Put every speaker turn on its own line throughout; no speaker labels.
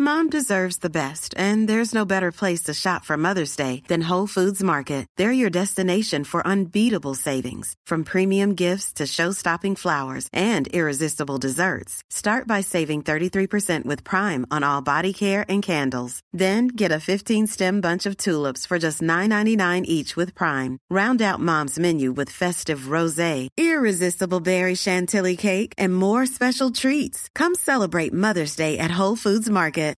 Mom deserves the best, and there's no better place to shop for Mother's Day than Whole Foods Market. They're your destination for unbeatable savings, from premium gifts to show-stopping flowers and irresistible desserts. Start by saving 33% with Prime on all body care and candles. Then get a 15-stem bunch of tulips for just $9.99 each with Prime. Round out Mom's menu with festive rosé, irresistible berry chantilly cake, and more special treats. Come celebrate Mother's Day at Whole Foods Market.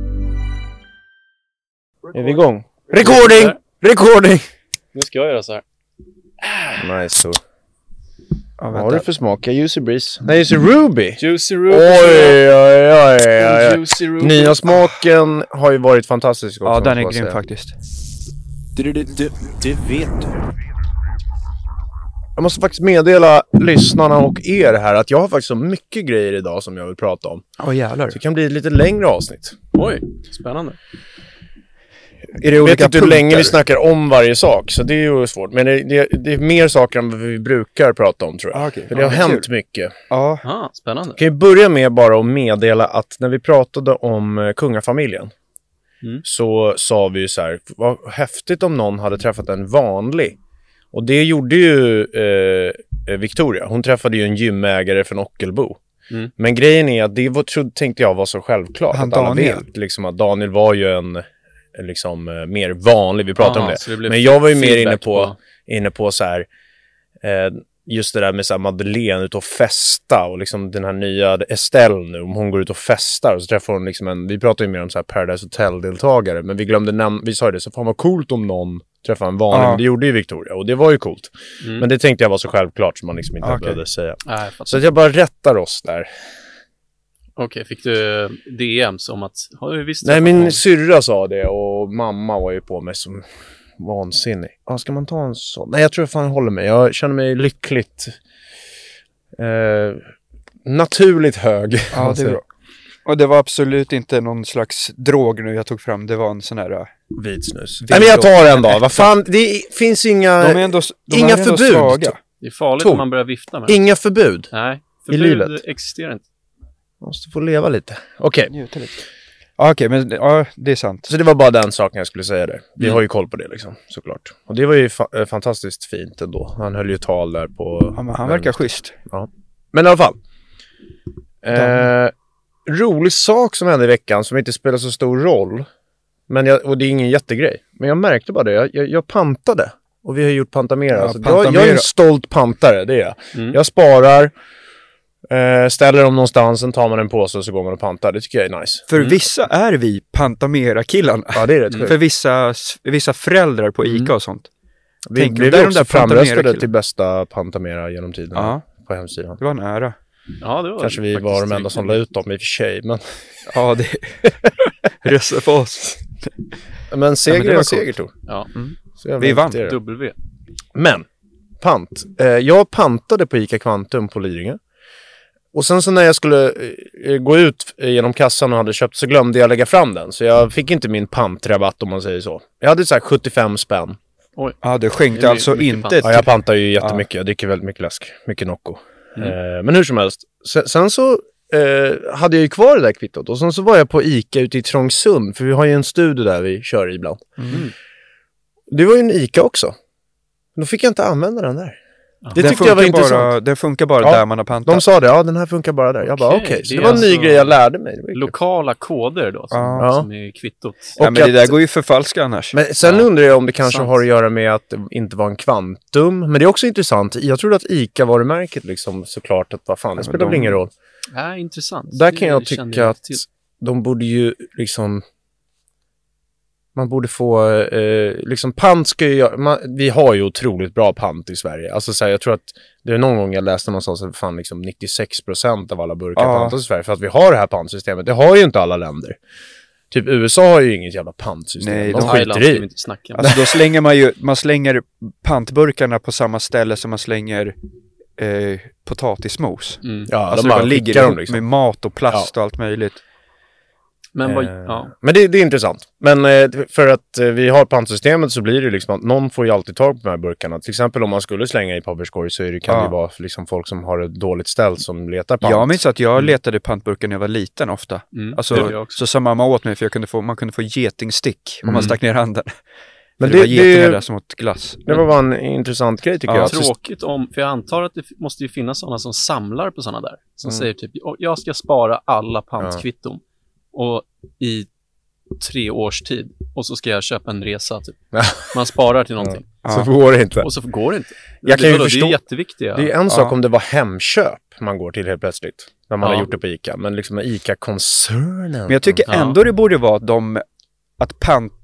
Är vi igång?
Recording!
Nu ska jag göra så här.
Nice så.
Ja,
vad har du för smak? Juicy Breeze? Nej, Juicy Ruby!
Juicy Ruby!
Oj.
Juicy Ruby.
Nya smaken har ju varit fantastisk också.
Ja, den är grym faktiskt.
Det vet du.
Jag måste faktiskt meddela lyssnarna och er här att jag har faktiskt så mycket grejer idag som jag vill prata om.
Jävlar.
Så det kan bli ett lite längre avsnitt.
Oj, spännande.
Är det jag vet inte hur länge vi snackar om varje sak, så det är ju svårt. Men det är mer saker än vad vi brukar prata om, tror jag.
Okay.
För det har hänt mycket.
Ja,
spännande.
Kan ju börja med bara att meddela att när vi pratade om kungafamiljen så sa vi ju så här, vad häftigt om någon hade träffat en vanlig. Och det gjorde ju Victoria. Hon träffade ju en gymägare från Ockelbo. Men grejen är att det tänkte jag var så självklart.
Han
att alla
Daniel.
vet liksom, att Daniel var ju en liksom mer vanlig, vi pratade om det.
det
men jag var ju mer inne på så här just det där med så här Madeleine ut och festa och liksom den här nya Estelle nu, om hon går ut och festar och så träffar hon liksom vi pratade ju mer om så här Paradise Hotel-deltagare, men vi glömde vi sa ju det, så fan vad coolt om någon träffar en vanlig, men det gjorde ju Victoria och det var ju coolt. Men det tänkte jag var så självklart som man liksom inte behövde säga. Så att jag bara rättar oss där.
Okej, fick du DMs om att har du visst?
Nej, min syrra sa det och mamma var ju på mig som vansinnig. Ska man ta en sån? Nej, jag tror jag håller mig. Jag känner mig lyckligt naturligt hög.
Ja, det är bra. Och det var absolut inte någon slags drog nu jag tog fram. Det var en sån här
vitsnus. Nej, men jag tar en då. Vad fan, det finns inga inga förbud.
Svaga.
Det är farligt om man börjar vifta med.
Inga förbud.
Nej,
förbud i livet
existerar inte.
Måste få leva lite. Okej.
Okej, men det är sant.
Så det var bara den saken jag skulle säga där. Vi har ju koll på det liksom, såklart. Och det var ju fantastiskt fint ändå. Han höll ju tal där på...
Ja, men han verkar schysst.
Ja. Men i alla fall. Rolig sak som hände i veckan som inte spelar så stor roll. Och det är ingen jättegrej. Men jag märkte bara det. Jag pantade. Och vi har gjort Pantamera.
Ja,
så jag är en stolt pantare, det är jag. Jag sparar... ställer dem någonstans, sen tar man en påse och så går man och pantar. Det tycker jag är nice.
För vissa är vi Pantamera-killarna.
Ja, det är rätt.
För vissa föräldrar på ICA och sånt.
Vi blev också framröstade till bästa Pantamera genom tiden på hemsidan.
Det var en ära.
Ja, det var
kanske vi var de enda som la ut dem i och för sig, men...
Ja, det rösta på oss.
Men seger är seger, Tor.
Ja.
Vi vann.
W.
Men, pant. Jag pantade på ICA Kvantum på Lidingö. Och sen så när jag skulle gå ut genom kassan och hade köpt så glömde jag lägga fram den. Så jag fick inte min pantrabatt om man säger så. Jag hade så här 75 spänn.
Oj.
Ja, du skänkte alltså inte...
Ja, jag pantar ju jättemycket. Jag dricker väldigt mycket läsk. Mycket Nocco. Men hur som helst. Sen så hade jag ju kvar det där kvittot. Och sen så var jag på ICA ute i Trångsund. För vi har ju en studio där vi kör ibland. Det var ju en ICA också. Då fick jag inte använda den där. Det tyckte jag var intressant.
Det funkar bara där man har pantat.
De sa det, den här funkar bara där. Jag bara okej. Så det var en ny grej jag lärde mig.
Lokala koder då som är kvittot.
Ja, men det där går ju förfalska annars.
Men sen undrar jag om det kanske har att göra med att det inte var en kvantum. Men det är också intressant. Jag trodde att ICA-varumärket liksom såklart att vad fan, det spelar väl ingen roll.
Ja, intressant.
Där kan jag tycka att de borde ju liksom... Man borde få, liksom pant ska ju vi har ju otroligt bra pant i Sverige. Alltså så här, jag tror att det är någon gång jag läste någonstans att fan liksom 96% av alla burkar pantas i Sverige. För att vi har det här pantsystemet. Det har ju inte alla länder. Typ USA har ju inget jävla pantsystem.
Nej,
de skiter i.
Alltså då slänger man slänger pantburkarna på samma ställe som man slänger potatismos.
Ja,
alltså
de bara
ligger
dem liksom.
Med mat och plast och allt möjligt.
Men
Men det är intressant. Men för att vi har pantsystemet så blir det liksom att någon får ju alltid tag på de här burkarna. Till exempel om man skulle slänga i papperskorg så kan det vara liksom folk som har ett dåligt ställ som letar pant.
Jag minns att jag letade pantburkar när jag var liten ofta. Alltså, så sa mamma åt mig för man kunde få getingstick om man stack ner handen. Men det var getingar där som åt glass.
Det var bara en intressant grej tycker jag.
Tråkigt för jag antar att det måste ju finnas sådana som samlar på sådana där. Som säger typ, jag ska spara alla pantkvitton. Och i 3 års tid. Och så ska jag köpa en resa typ. Man sparar till någonting.
Så går det inte.
Och så går det inte.
Jag kan ju förstå.
Det är jätteviktiga.
Det är en sak om det var Hemköp man går till helt plötsligt. När man har gjort det på ICA. Men liksom ICA-koncernen.
Men jag tycker ändå det borde vara att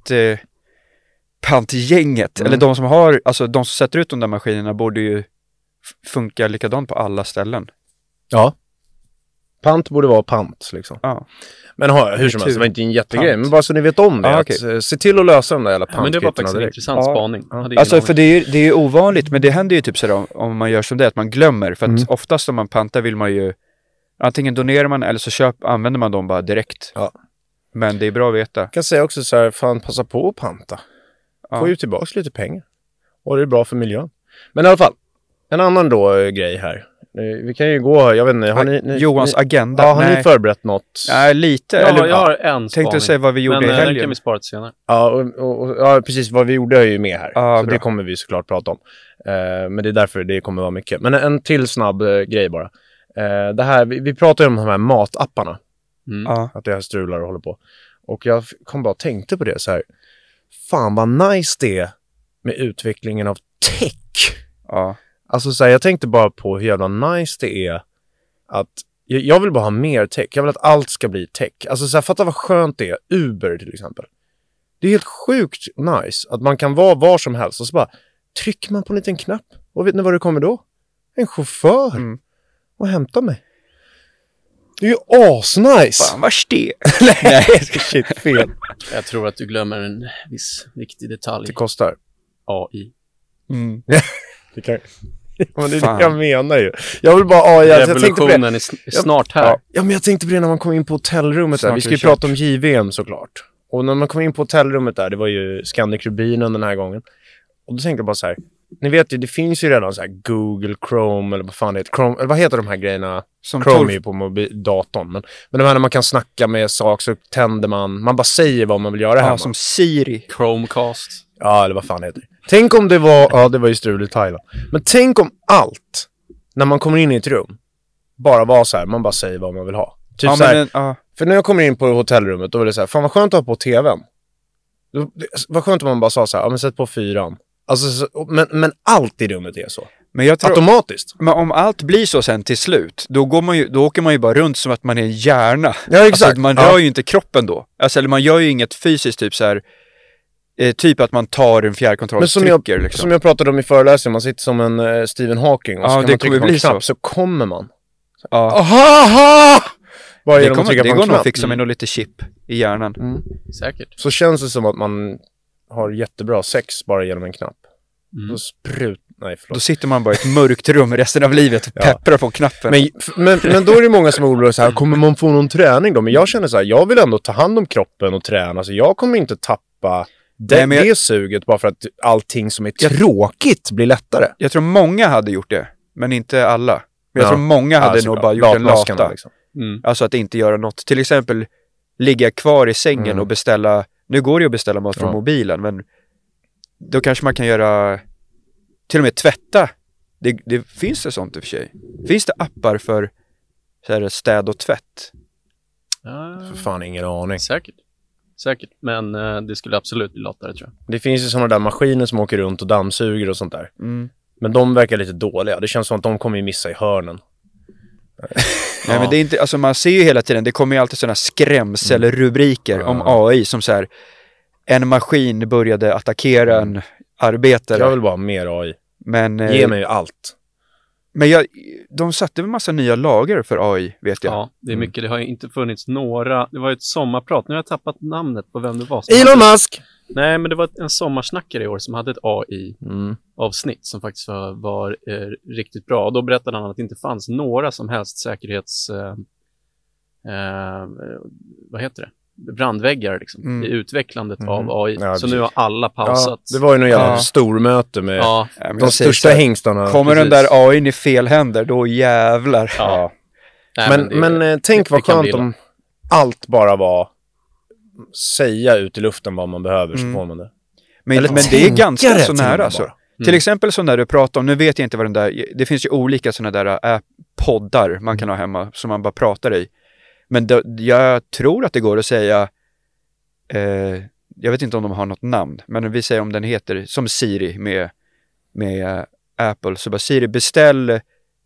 pantgänget, eller de som har, alltså de som sätter ut de där maskinerna borde ju funka likadant på alla ställen.
Ja. Pant borde vara pant liksom.
Ja.
Men hur som helst, det var inte en jättegrej.
Pant.
Men bara så ni vet om det.
Okay.
Se till att lösa de där jävla pantkvittorna.
Men det var faktiskt en intressant spaning.
Alltså för det är ju ovanligt, men det händer ju typ sådär om man gör som det, att man glömmer. För att oftast om man pantar vill man ju antingen donerar man eller så använder man dem bara direkt. Ja. Men det är bra att veta. Jag
kan säga också så här, fan passa på att panta. Får ju tillbaka lite pengar. Och det är bra för miljön. Men i alla fall, en annan grej här. Vi kan ju gå, jag vet inte, har ni
Johans agenda?
Ja, har ni förberett något?
Ja, lite.
Ja, jag har en spaning.
Tänkte säga vad vi gjorde i helgen.
Men kan vi spara till senare.
Ja, precis. Vad vi gjorde är ju med här. Så
bra.
det kommer vi såklart prata om. Men det är därför det kommer vara mycket. Men en till snabb grej bara. Det här, vi pratar ju om de här matapparna. Att det här strular och håller på. Och jag kom bara och tänkte på det så här. Fan vad nice det är med utvecklingen av tech.
Ja.
Alltså så här, jag tänkte bara på hur jävla nice det är att jag vill bara ha mer tech. Jag vill att allt ska bli tech. Alltså så här, fatta vad skönt det är. Uber till exempel. Det är helt sjukt nice att man kan vara var som helst och så bara trycker man på en liten knapp och vet ni vad det kommer då? En chaufför. Och hämtar mig. Det är ju asnice.
Fan vad stel.
Nej, shit, fel.
Jag tror att du glömmer en viss viktig detalj.
Det kostar.
AI.
Det kan... Men det är det jag menar ju. Jag vill bara AI.
Revolutionen är snart här.
Ja, men jag tänkte på det när man kom in på hotellrummet där. Vi ska ju prata om JVM såklart. Och när man kom in på hotellrummet där, det var ju Scandic Rubinen den här gången. Och då tänkte jag bara så här. Ni vet ju, det finns ju redan så här Google Chrome eller vad fan det heter. Chrome, eller vad heter de här grejerna?
Som
Chrome är ju på datorn. Men de här när man kan snacka med saker så tänder man bara säger vad man vill göra hemma.
Som Siri.
Chromecast.
Ja, eller vad fan heter det. Tänk om det var, det var ju strul i Thailand. Men tänk om allt, när man kommer in i ett rum, bara var så här, man bara säger vad man vill ha. Typ så här, för när jag kommer in på hotellrummet, då var det så här, fan vad skönt att ha på tvn. Vad skönt om man bara sa så här, men sätt på 4:an. Alltså, men allt i rummet är så.
Men jag tror,
automatiskt.
Men om allt blir så sen till slut, då åker man ju bara runt som att man är en hjärna.
Ja, exakt.
Alltså, man rör ju inte kroppen då. Alltså, eller man gör ju inget fysiskt, typ så här. Typ att man tar en fjärrkontroll och trycker. Liksom.
Som jag pratade om i föreläsningen, man sitter som en Stephen Hawking och så kan man trycka på en knapp så kommer man. Aha!
Det går nog att fixa med något lite chip i hjärnan.
Säkert.
Så känns det som att man har jättebra sex bara genom en knapp.
Då sitter man bara i ett mörkt rum resten av livet och pepprar på knappen.
Men då är det många som är oroliga så här, kommer man få någon träning då? Men jag känner så här, jag vill ändå ta hand om kroppen och träna. Så jag kommer inte tappa det suget bara för att allting som är tråkigt blir lättare.
Jag tror många hade gjort det, men inte alla. Men jag tror många hade nog bara gjort en lata. Liksom. Alltså att inte göra något. Till exempel ligga kvar i sängen och beställa. Nu går det att beställa mat från mobilen, men då kanske man kan göra till och med tvätta. Det finns det sånt i och för sig. Finns det appar för så här, städ och tvätt?
För fan ingen aning.
Säkert, men det skulle absolut bli lättare tror jag.
Det finns ju sådana där maskiner som åker runt och dammsuger och sånt där. Men de verkar lite dåliga. Det känns som att de kommer ju missa i hörnen.
Nej, men det är inte, alltså man ser ju hela tiden, det kommer ju alltid sådana skrämselrubriker om AI som så här, en maskin började attackera en arbetare.
Jag vill bara ha mer AI.
Men,
ge mig allt.
Men de satte en massa nya lager för AI, vet jag.
Ja, det är mycket. Det har inte funnits några. Det var ett sommarprat. Nu har jag tappat namnet på vem det var.
Elon Musk!
Nej, men det var en sommarsnackare i år som hade ett AI-avsnitt som faktiskt var riktigt bra. Och då berättade han att det inte fanns några som helst säkerhets... vad heter det? brandväggar liksom, i utvecklandet av AI. Ja, så nu har alla pausat.
Ja, det var ju någon jävla stormöte med de största hingstarna.
Kommer den där AI i fel händer, då jävlar.
Ja.
Nej, men tänk vad skönt om allt bara var säga ut i luften vad man behöver, så får man det.
Men det är ganska så nära alltså. Till exempel så när du pratar om, nu vet jag inte vad den där, det finns ju olika sådana där poddar man kan ha hemma som man bara pratar i. Men jag tror att det går att säga, jag vet inte om de har något namn, men vi säger om den heter, som Siri med Apple, så bara Siri beställ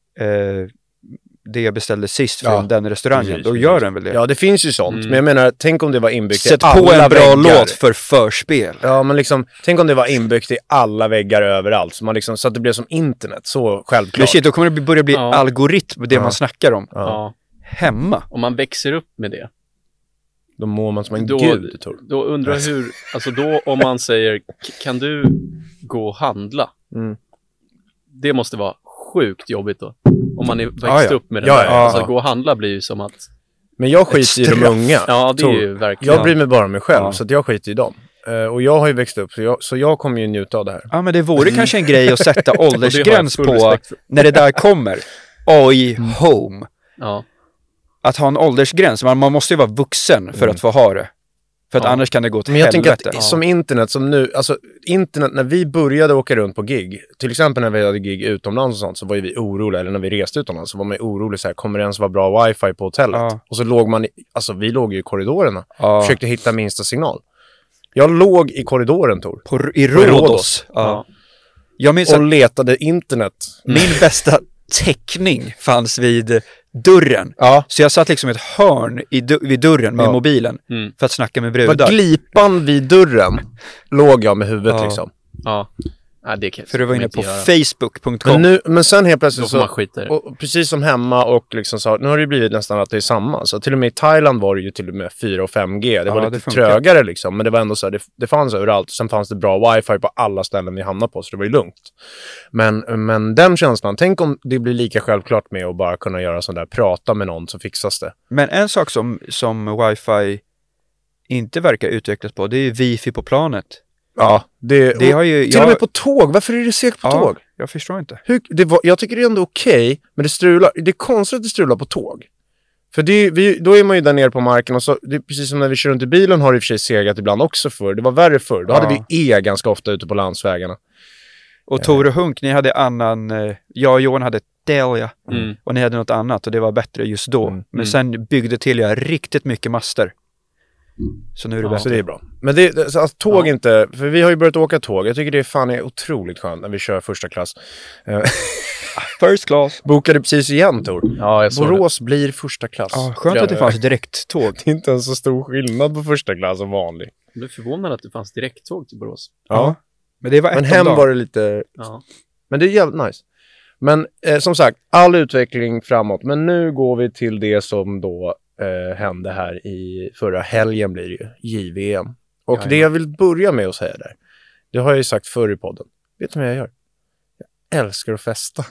det jag beställde sist från den restaurangen. Precis, då gör den väl det.
Ja, det finns ju sånt. Men jag menar, tänk om det var inbyggt
i alla väggar. Sätt på en bra låt för förspel.
Ja, men liksom, tänk om det var inbyggt i alla väggar överallt. Så, man liksom, så att det blev som internet, så självklart.
Men shit, då kommer det börja bli algoritm, det man snackar om.
Ja.
Hemma.
Om man växer upp med det.
Då mår man som en gud.
Då undrar jag hur, alltså då om man säger, kan du gå och handla? Det måste vara sjukt jobbigt då. Om man är växt upp med det där. Alltså att gå och handla blir ju som att...
Men jag skiter i de unga.
Ja, det är ju verkligen...
Jag bryr mig bara om mig själv, så att jag skiter i dem. Och jag har ju växt upp, så jag kommer ju njuta av det här.
Ja, men det vore kanske en grej att sätta åldersgräns på när det där kommer. AI Home.
Ja.
Att ha en åldersgräns. Man måste ju vara vuxen för att få ha det. För att annars kan det gå till helvete.
Men jag tänker att som internet, som nu, alltså internet, när vi började åka runt på gig, till exempel när vi hade gig utomlands och sånt, så var ju vi oroliga, eller när vi reste utomlands så var man ju orolig så här, kommer det ens vara bra wifi på hotellet? Och så låg man, vi låg ju i korridorerna, försökte hitta minsta signal. Jag låg i korridoren, Tor.
I Rhodos. Jag minns
och letade internet.
Min bästa täckning fanns vid dörren. Så jag satt liksom ett hörn vid dörren med mobilen för att snacka med brudar.
Var glipan vid dörren låg jag med huvudet liksom.
Ja, det kan
för du var inne på facebook.com.
Men sen helt plötsligt
så
och precis som hemma och liksom så, nu har det blivit nästan att det är samma. Så till och med i Thailand var det ju till och med 4 och 5G. Det var lite trögare liksom, men det var ändå så här, det fanns överallt. Sen fanns det bra wifi på alla ställen vi hamnade på, så det var ju lugnt. Men den känslan, tänk om det blir lika självklart med att bara kunna göra sån där, prata med någon så fixas det.
Men en sak som wifi inte verkar utvecklas på, det är ju wifi på planet.
Ja, det har ju... Till och med på tåg. Varför är det segt på tåg?
Jag förstår inte.
Jag tycker det är ändå okej, men det strular. Det är konstigt att det strular på tåg. För då är man ju där nere på marken och så, det är precis som när vi kör runt i bilen har det i och för sig segat ibland också förr. Det var värre förr. Då hade vi ganska ofta ute på landsvägarna.
Och Tor och Hunk, ni hade annan... Jag och Johan hade Telia. Och ni hade något annat och det var bättre just då. Men sen byggde Telia riktigt mycket master. Så nu är det bättre.
Så det är bra. Men det, alltså, tåg inte... För vi har ju börjat åka tåg. Jag tycker det är otroligt skönt när vi kör första klass.
First class.
Bokade precis igen, Tor.
Ja, jag såg
Borås det. Blir första klass.
Ja, skönt att det fanns direkttåg.
Det är inte en så stor skillnad på första klass och vanlig.
Jag blev förvånad att det fanns direkttåg till Borås.
Ja.
Men det var
men hem var det lite...
Ja.
Men det är jävligt nice. Men som sagt, all utveckling framåt. Men nu går vi till det som då hände här i förra helgen blir det ju, JVM. Och det jag vill börja med att säga där, det har jag ju sagt förr i podden. Vet du vad jag gör? Jag älskar att festa.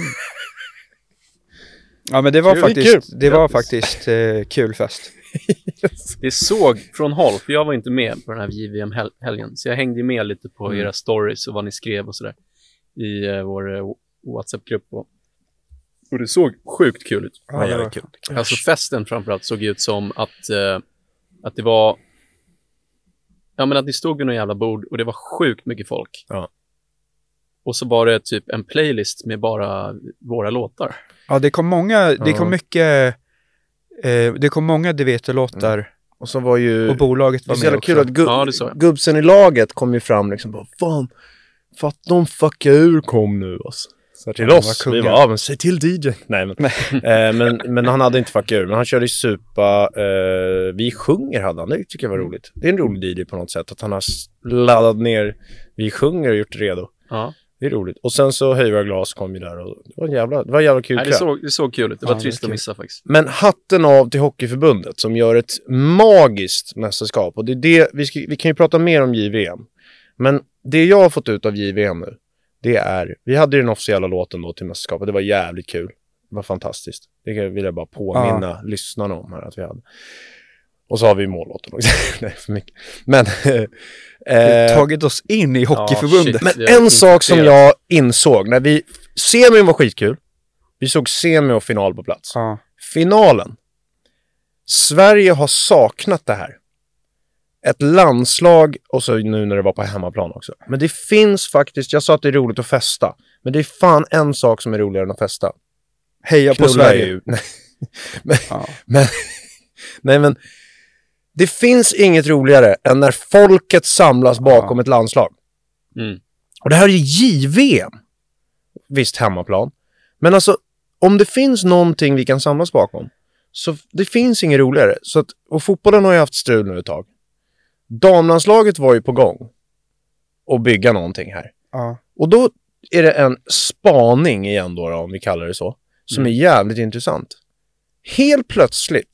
Ja, men det var faktiskt kul fest.
Yes. Det såg från håll, för jag var inte med på den här JVM-helgen. Så jag hängde med lite på era stories och vad ni skrev och sådär i vår WhatsApp-grupp. Och det såg sjukt kul ut.
Ja, det var kul.
Alltså festen framförallt såg ut som att det var... Ja, men att det stod vid någon jävla bord och det var sjukt mycket folk.
Ja.
Och så var det typ en playlist med bara våra låtar.
Ja, det kom många, det kom mycket... det kom många Du vet-låtar.
Och så var ju...
Och bolaget var med också.
Det är så kul att gubbsen i laget kom ju fram liksom bara, fan, för att de fucka ur kom nu alltså. Så till oss, vi var, men säg till DJ. Nej, men han hade inte fucka ur. Men han körde i supa, Vi sjunger hade han, det tycker jag var roligt. Det är en rolig DJ på något sätt, att han har laddat ner Vi sjunger och gjort redo.
Ja.
Det är roligt. Och sen så Höjra Glas kom ju där och det var en jävla kul.
Nej, det såg kul ut. Det var trist att missa faktiskt.
Men hatten av till Hockeyförbundet som gör ett magiskt mästerskap. Och det är det, vi kan ju prata mer om JVM. Men det jag har fått ut av JVM nu, det är, vi hade ju den officiella låten då till mästerskapet. Det var jävligt kul. Det var fantastiskt. Det vill jag bara påminna lyssnarna om här att vi hade. Och så har vi mållotten också. Nej, för mycket. Men...
tagit oss in i hockeyförbundet.
Men en sak som jag insåg, när vi... Semin var skitkul. Vi såg semi och final på plats. Finalen. Sverige har saknat det här. Ett landslag, och så nu när det var på hemmaplan också. Men det finns faktiskt, jag sa att det är roligt att festa. Men det är fan en sak som är roligare än att festa.
Heja på Sverige.
Men det finns inget roligare än när folket samlas bakom ett landslag. Och det här är JVM. Visst, hemmaplan. Men alltså, om det finns någonting vi kan samlas bakom, så det finns inget roligare. Så att, och fotbollen har ju haft strul nu ett tag. Damlandslaget var ju på gång att bygga någonting här. Och då är det en spaning igen då, om vi kallar det så, som är jävligt intressant. Helt plötsligt,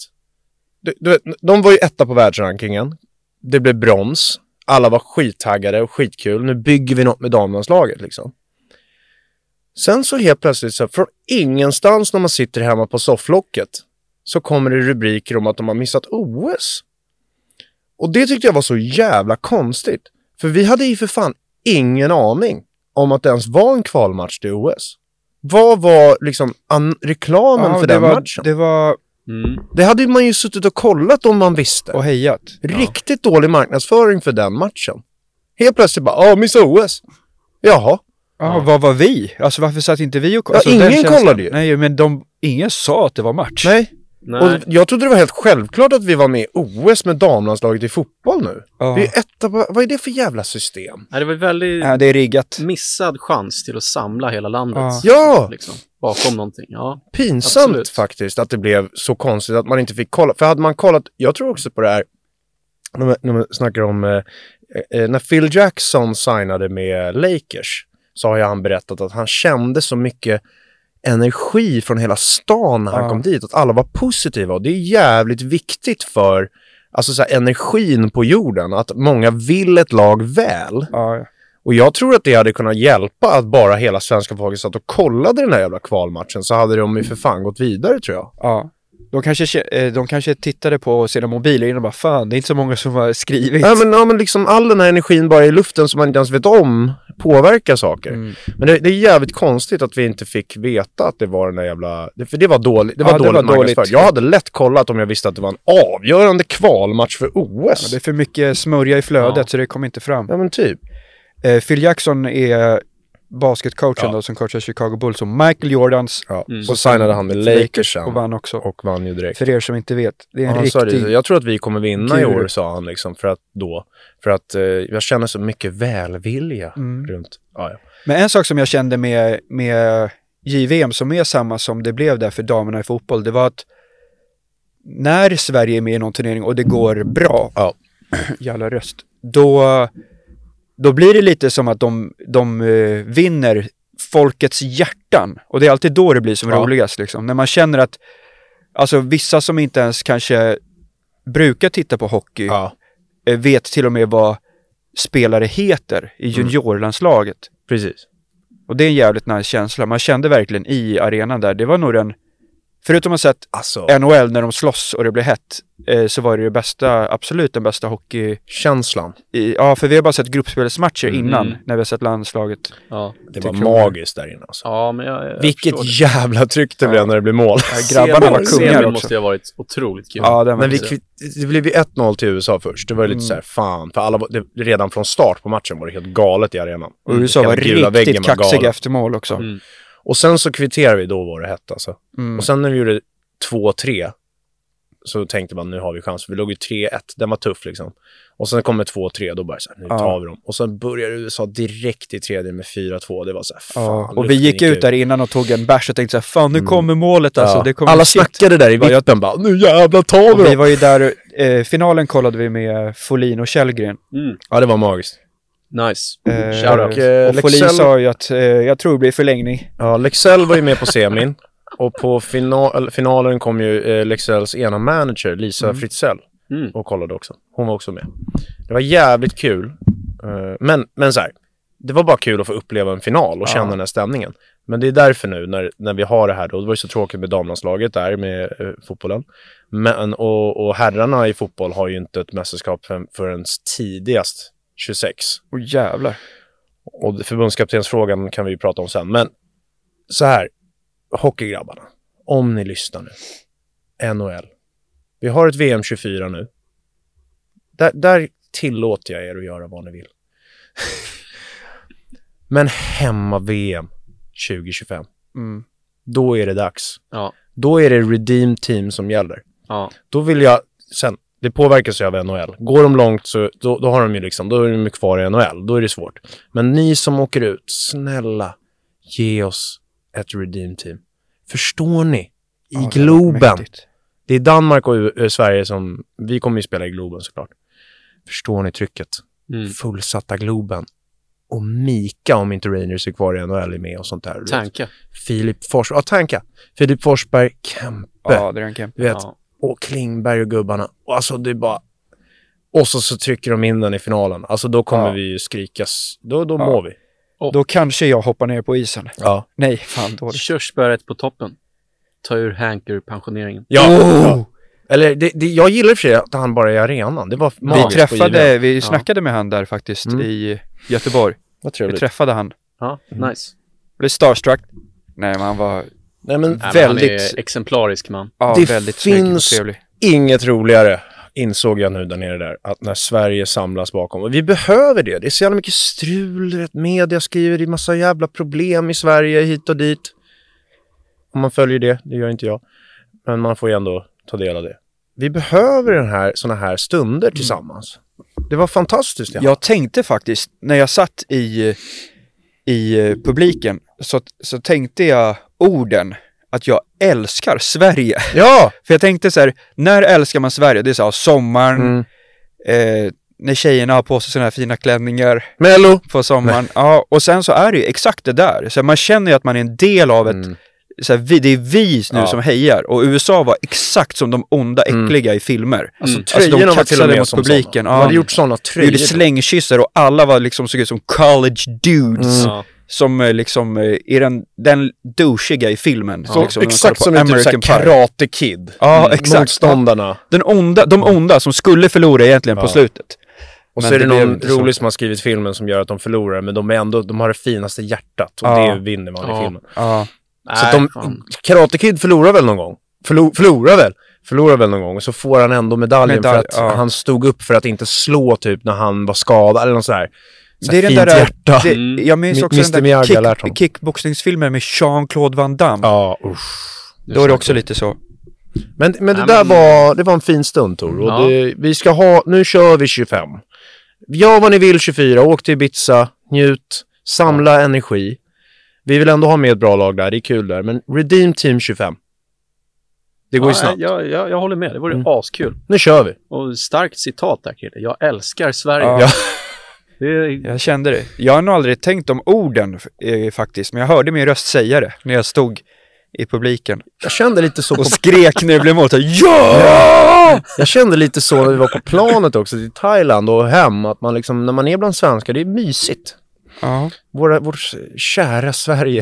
de var ju etta på världsrankingen. Det blev brons. Alla var skittaggade och skitkul. Nu bygger vi något med damlandslaget liksom. Sen så helt plötsligt så från ingenstans när man sitter hemma på sofflocket så kommer det rubriker om att de har missat OS. Och det tyckte jag var så jävla konstigt. För vi hade ju för fan ingen aning om att det ens var en kvalmatch till OS. Vad var liksom reklamen för den matchen? Det hade man ju suttit och kollat om man visste.
Och hejat.
Riktigt dålig marknadsföring för den matchen. Helt plötsligt bara, missa OS. Jaha.
Vad var vi? Alltså varför satt inte vi och
kollade? Ingen kollade ju.
Nej, men ingen sa att det var match.
Nej. Och jag trodde det var helt självklart att vi var med i OS med damlandslaget i fotboll nu. Det är vad är det för jävla system?
Det var väldigt
det är riggat.
Missad chans till att samla hela landet liksom, bakom någonting.
Pinsamt
absolut.
Faktiskt att det blev så konstigt att man inte fick kolla. För hade man kollat, jag tror också på det här när man snackar om när Phil Jackson signade med Lakers, så har han berättat att han kände så mycket energi från hela stan när han kom dit, att alla var positiva, och det är jävligt viktigt för alltså så här, energin på jorden, att många vill ett lag väl. Och jag tror att det hade kunnat hjälpa att bara hela svenska folket satt och kollade den här jävla kvalmatchen, så hade de ju för fan gått vidare, tror jag.
De kanske tittade på sina mobiler och bara, fan, det är inte så många som har skrivit.
Men liksom all den här energin bara i luften som man inte ens vet om påverkar saker. Men det är jävligt konstigt att vi inte fick veta att det var den där jävla... För det var dåligt. Det var dåligt. Jag hade lätt kollat om jag visste att det var en avgörande kvalmatch för OS.
Det är för mycket smörja i flödet så det kom inte fram.
Ja, men typ.
Phil Jackson är basketcoachen då, som coachar Chicago Bulls, och Michael Jordans.
Och signade han med Lakers
och vann också.
Och vann ju direkt.
För er som inte vet, det är en riktig...
Jag tror att vi kommer vinna i år, sa han liksom, för att jag känner så mycket välvilja runt.
Men en sak som jag kände med JVM, som är samma som det blev där för damerna i fotboll, det var att när Sverige är med i någon turnering och det går bra, jävla röst, då blir det lite som att de vinner folkets hjärtan. Och det är alltid då det blir som roligast. Liksom. När man känner att alltså, vissa som inte ens kanske brukar titta på hockey vet till och med vad spelare heter i juniorlandslaget.
Precis.
Och det är en jävligt nice känsla. Man kände verkligen i arenan där. Det var nog förutom att sett NHL när de slåss och det blev hett, så var det absolut den bästa hockeykänslan. För vi har bara sett gruppspelsmatcher innan när vi har sett landslaget.
Det var magiskt där inne alltså.
Men jag
vilket jävla tryck det blev när det blev mål.
Grabbarna var kungar också.
Måste ju ha varit otroligt kul.
Men det blev ju 1-0 till USA först. Det var lite så här, fan, för alla redan från start på matchen var det helt galet i arenan.
Och USA var riktigt kaxiga efter mål också.
Och sen så kvitterade vi, då var det hett alltså. Och sen när vi gjorde 2-3 så tänkte man, nu har vi chans. Vi låg ju 3-1, den var tuff liksom. Och sen kommer 2-3, då bara så här, nu tar vi dem. Och sen börjar USA direkt i tredje med 4-2. Det var så här, fan.
Och vi gick ut där innan och tog en bärs och tänkte så här, fan, nu kommer målet alltså. Det kommer
alla snackade där i vippen bara, nu jävla tar vi dem.
Vi var ju där, finalen kollade vi med Folin och Källgren.
Ja, det var magiskt.
Nice.
Och Folin sa ju att jag tror det blir förlängning.
Ja, Lexell var ju med på semin. Och på finalen kom ju Lexells ena manager, Lisa Fritzell, och kollade också. Hon var också med. Det var jävligt kul. Men så här, det var bara kul att få uppleva en final och känna den här stämningen. Men det är därför nu, när vi har det här då, det var ju så tråkigt med damlandslaget där med fotbollen. Men, och herrarna i fotboll har ju inte ett mästerskap förrän tidigast 26.
Jävlar.
Och förbundskaptensfrågan kan vi ju prata om sen. Men så här, hockeygrabbarna, om ni lyssnar nu. NHL. Vi har ett VM 24 nu. Där tillåter jag er att göra vad ni vill. Men hemma VM 2025. Då är det dags.
Ja.
Då är det Redeem Team som gäller.
Ja.
Då vill jag sen, det påverkas ju av NHL. Går de långt så då har de ju liksom, då är de kvar i NHL. Då är det svårt. Men ni som åker ut, snälla, ge oss ett Redeem Team. Förstår ni? I Globen. Det är Danmark och Sverige som, vi kommer ju spela i Globen såklart. Förstår ni trycket? Fullsatta Globen. Och Mika, om inte Rangers är kvar i NHL, är med och sånt där.
Tanka.
Filip Forsberg, Kempe.
Ja, det är en Kempe.
Vet, och Klingberg och gubbarna. Och alltså det är bara... Och så trycker de in den i finalen. Alltså då kommer vi ju skrikas. Då mår vi.
Då kanske jag hoppar ner på isen.
Ja.
Nej, fan dåligt.
Körsbäret på toppen. Ta ur Hank ur pensioneringen.
Ja. Eller jag gillar för sig att han bara är i arenan. Det var
vi snackade med han där faktiskt i Göteborg.
Vad trevligt.
Vi
träffade han.
Ja, nice.
Blev starstruck. Nej, men han var väldigt...
Han är exemplarisk man.
Ja,
det
väldigt
finns
trevlig.
Inget roligare, insåg jag nu där nere där, att när Sverige samlas bakom. Och vi behöver det. Det är så jävla mycket strul. Media skriver, det är massa jävla problem i Sverige hit och dit. Om man följer det gör inte jag. Men man får ju ändå ta del av det. Vi behöver såna här stunder tillsammans. Det var fantastiskt. Ja.
Jag tänkte faktiskt, när jag satt i publiken, så tänkte jag orden att jag älskar Sverige.
Ja!
För jag tänkte så här, när älskar man Sverige? Det är så här, sommaren, när tjejerna har på sig såna här fina klänningar.
Mello!
På sommaren. Ja, och sen så är det ju exakt det där. Så man känner ju att man är en del av ett... Så här, det är vi nu som hejar. Och USA var exakt som de onda äckliga i filmer.
Alltså
de kaxade mot publiken.
De hade gjort sådana tröjor.
Gjorde slängkyssar och alla var liksom såg ut som college dudes. Som liksom är den douchiga i filmen.
Så
liksom,
exakt som American Karate Kid.
Ja, exakt.
Motståndarna.
De onda som skulle förlora egentligen på slutet.
Och så är det någon rolig som har skrivit filmen som gör att de förlorar. Men de har det finaste hjärtat. Och det vinner man i filmen.
Ja.
Så att Karate Kid förlorar väl någon gång. Förlorar väl någon gång. Och så får han ändå medaljen för att han stod upp för att inte slå typ när han var skadad eller något sådär.
Det är den där, jag minns också den där kickboxningsfilmen med Jean-Claude Van Damme.
Ja, usch.
Då är det också lite så.
Men det var en fin stund, Tor. Och vi ska nu kör vi 25. Gör vad ni vill 24, åk till Ibiza, njut, samla energi. Vi vill ändå ha med ett bra lag där, det är kul där. Men Redeem Team 25. Det går ju snabbt.
Jag håller med, det vore askul.
Nu kör vi.
Och starkt citat där, kille. Jag älskar Sverige.
Ja.
Jag kände det. Jag har nog aldrig tänkt om orden faktiskt. Men jag hörde min röst säga det när jag stod i publiken.
Jag kände lite så.
Och skrek när jag blev emot. Ja!
Jag kände lite så när vi var på planet också till Thailand och hem. Att man liksom, när man är bland svenskar, det är mysigt.
Ja.
Vårt kära Sverige.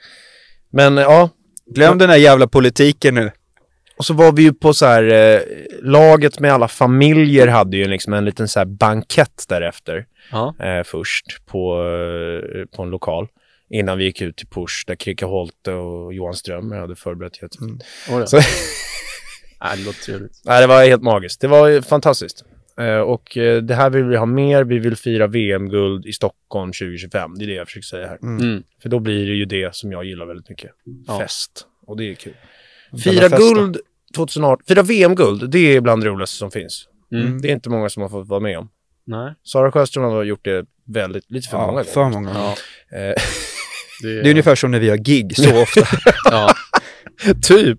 Men ja.
Glöm den här jävla politiken nu.
Och så var vi ju på så här, laget med alla familjer hade ju liksom en liten så här bankett därefter. Först på en lokal. Innan vi gick ut till Push där Kricka Holte och Johan Strömmer hade förberett jättefint. Så
det låter trevligt.
Nej, det var helt magiskt. Det var fantastiskt. Och det här vill vi ha mer. Vi vill fira VM-guld i Stockholm 2025. Det är det jag försöker säga här. För då blir det ju det som jag gillar väldigt mycket. Fest. Och det är kul. Fira guld 2018. Fira VM-guld, det är bland det roligaste som finns. Det är inte många som har fått vara med om.
Nej.
Sara Sjöström har gjort det lite för många gånger.
För många. Ja. Det är ungefär som när vi har gig så ofta.
Typ.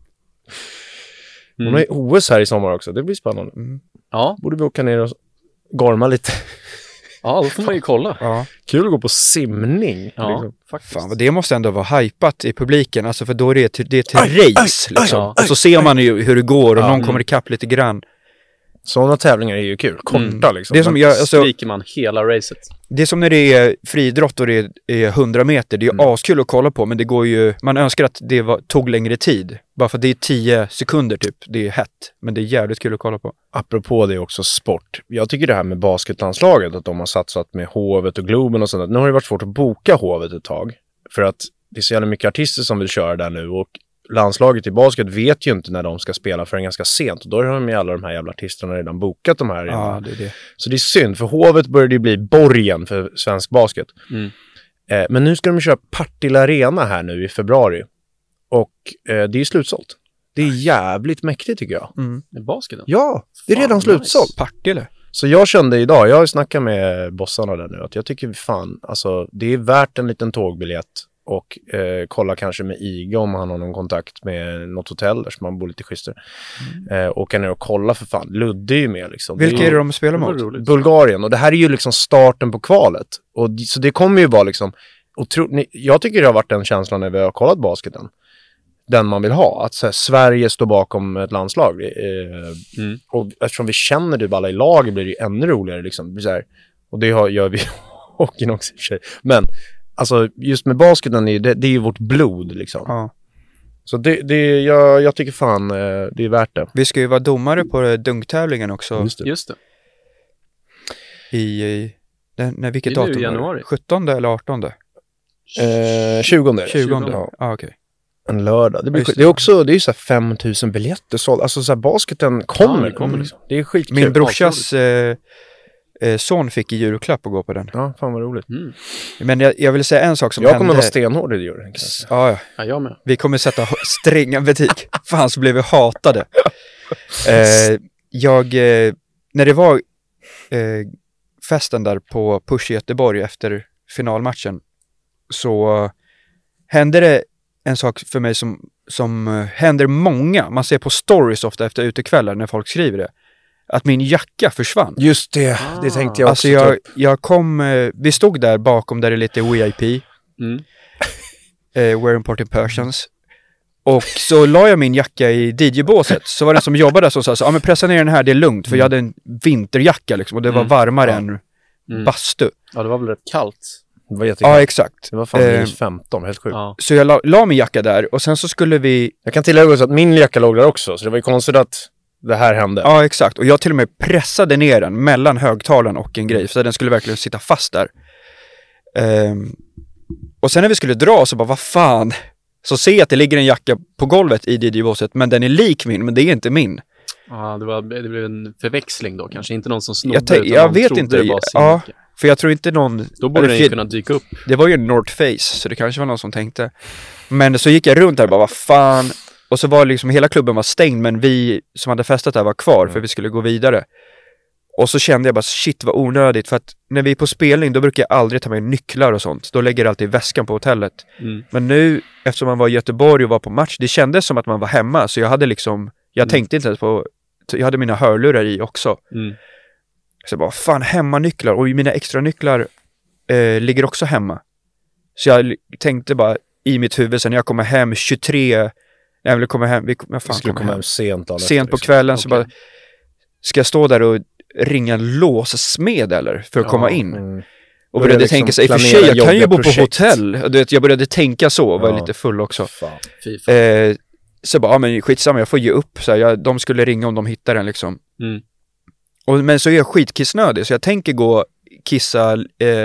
Hon har OS här i sommar också. Det blir spännande.
Ja.
Borde vi åka ner och gorma lite.
Ja, då får man ju kolla.
Ja. Kul att gå på simning.
Ja,
liksom.
Fan, det måste ändå vara hypat i publiken. Alltså för då är det till race. Liksom. Och så ser man ju hur det går och någon kommer ikapp lite grann.
Sådana tävlingar är ju kul. Korta liksom.
Det är som
stryker man hela racet.
Det är som när det är friidrott och det är 100 meter. Det är askul att kolla på, men det går ju... Man önskar att det tog längre tid. Bara för att det är 10 sekunder typ. Det är hett. Men det är jävligt kul att kolla på.
Apropå det också sport. Jag tycker det här med basketlandslaget, att de har satsat med Hovet och Globen och sånt. Nu har det varit svårt att boka Hovet ett tag. För att det är så jävla mycket artister som vill köra där nu. Och landslaget i basket vet ju inte när de ska spela förrän ganska sent. Och då har de ju alla de här jävla artisterna redan bokat de här.
Ja, det är det.
Så det är synd, för Hovet började ju bli borgen för svensk basket. Men nu ska de köra Partille Arena här nu i februari. Och det är ju slutsålt. Det är jävligt mäktigt tycker jag.
Med basketen?
Ja, det är redan slutsålt.
Partille.
Så jag kände idag, jag har snackat med bossarna där nu, att jag tycker fan, alltså det är värt en liten tågbiljett. Och kolla kanske med Iga om han har någon kontakt med något hotell där som man bor lite schysster. Åka ner och kolla för fan. Ludde är ju med liksom.
Vilka är det de spelar mot?
Bulgarien. Och det här är ju liksom starten på kvalet. Och så det kommer ju vara liksom jag tycker det har varit den känslan när vi har kollat basketen. Den man vill ha. Att så här, Sverige står bakom ett landslag. Och eftersom vi känner det alla i lag blir det ju ännu roligare liksom. Så här, och det gör vi hockeyn också i och för sig. Men alltså just med basketen det är ju vårt blod liksom. Ja. Så jag tycker fan det är värt det.
Vi ska ju vara domare på dunktävlingen också.
Just det.
Vilket datum?
I januari.
17 eller 18?
20.
Ja, okej.
En lördag. Det är också, det är ju så här 5 000 biljetter såld. Alltså så här, basketen kommer liksom. Det är skitkul.
Min brorsas son fick i julklapp att gå på den.
Ja, fan vad roligt.
Men jag vill säga en sak som
hände. Jag kommer vara stenhård i det julen.
Ja,
jag med.
Vi kommer sätta stränga betyg. Fan så blev vi hatade. När det var festen där på Push i Göteborg efter finalmatchen så hände det en sak för mig som händer många. Man ser på stories ofta efter utekvällar när folk skriver det. Att min jacka försvann.
Just det, det tänkte jag också.
Alltså jag kom, vi stod där bakom där det är lite VIP. We're important persons. Och så la jag min jacka i DJ-båset. Så var det en som jobbade där som sa så, men pressa ner den här, det är lugnt. För jag hade en vinterjacka liksom, och det var varmare än bastu.
Ja, det var väl rätt kallt.
Det var jättekallt.
Ja, exakt.
Det var fan minus 15, helt sjukt.
Ja. Så jag la min jacka där och sen så skulle vi...
Jag kan tillägga också att min jacka låg där också. Så det var ju konstigt att det här hände.
Ja, exakt. Och jag till och med pressade ner den mellan högtalaren och en grej. Så den skulle verkligen sitta fast där. Och sen när vi skulle dra så bara, vad fan... Så ser jag att det ligger en jacka på golvet i DJ-båset, men den är lik min, men det är inte min.
Ja, det blev en förväxling då. Kanske inte någon som snodde
jag vet inte. Det var för jag tror inte någon...
Då borde den ju kunna dyka upp.
Det var ju en North Face, så det kanske var någon som tänkte. Men så gick jag runt där och bara, vad fan... Och så var liksom, hela klubben var stängd, men vi som hade festat där var kvar, för vi skulle gå vidare. Och så kände jag bara, shit vad onödigt. För att när vi är på spelning, då brukar jag aldrig ta med nycklar och sånt. Då lägger jag alltid väskan på hotellet. Men nu, eftersom man var i Göteborg och var på match, det kändes som att man var hemma. Så jag hade liksom, jag tänkte inte ens på, jag hade mina hörlurar i också. Så jag bara, fan, hemmanycklar. Och mina extra nycklar ligger också hemma. Så jag tänkte bara i mitt huvud, sen när jag kommer hem 23, jag vill komma hem,
skulle komma hem sent.
Sent på kvällen, så bara, ska jag stå där och ringa en låssmed eller för att komma in. Och började liksom tänka sig, i och för sig, jag kan ju bo på hotell. Jag började tänka så, var lite full också. Så bara, men skitsamma, jag får ge upp. Så de skulle ringa om de hittar den liksom. Men så är jag skitkissnödig, så jag tänker gå kissa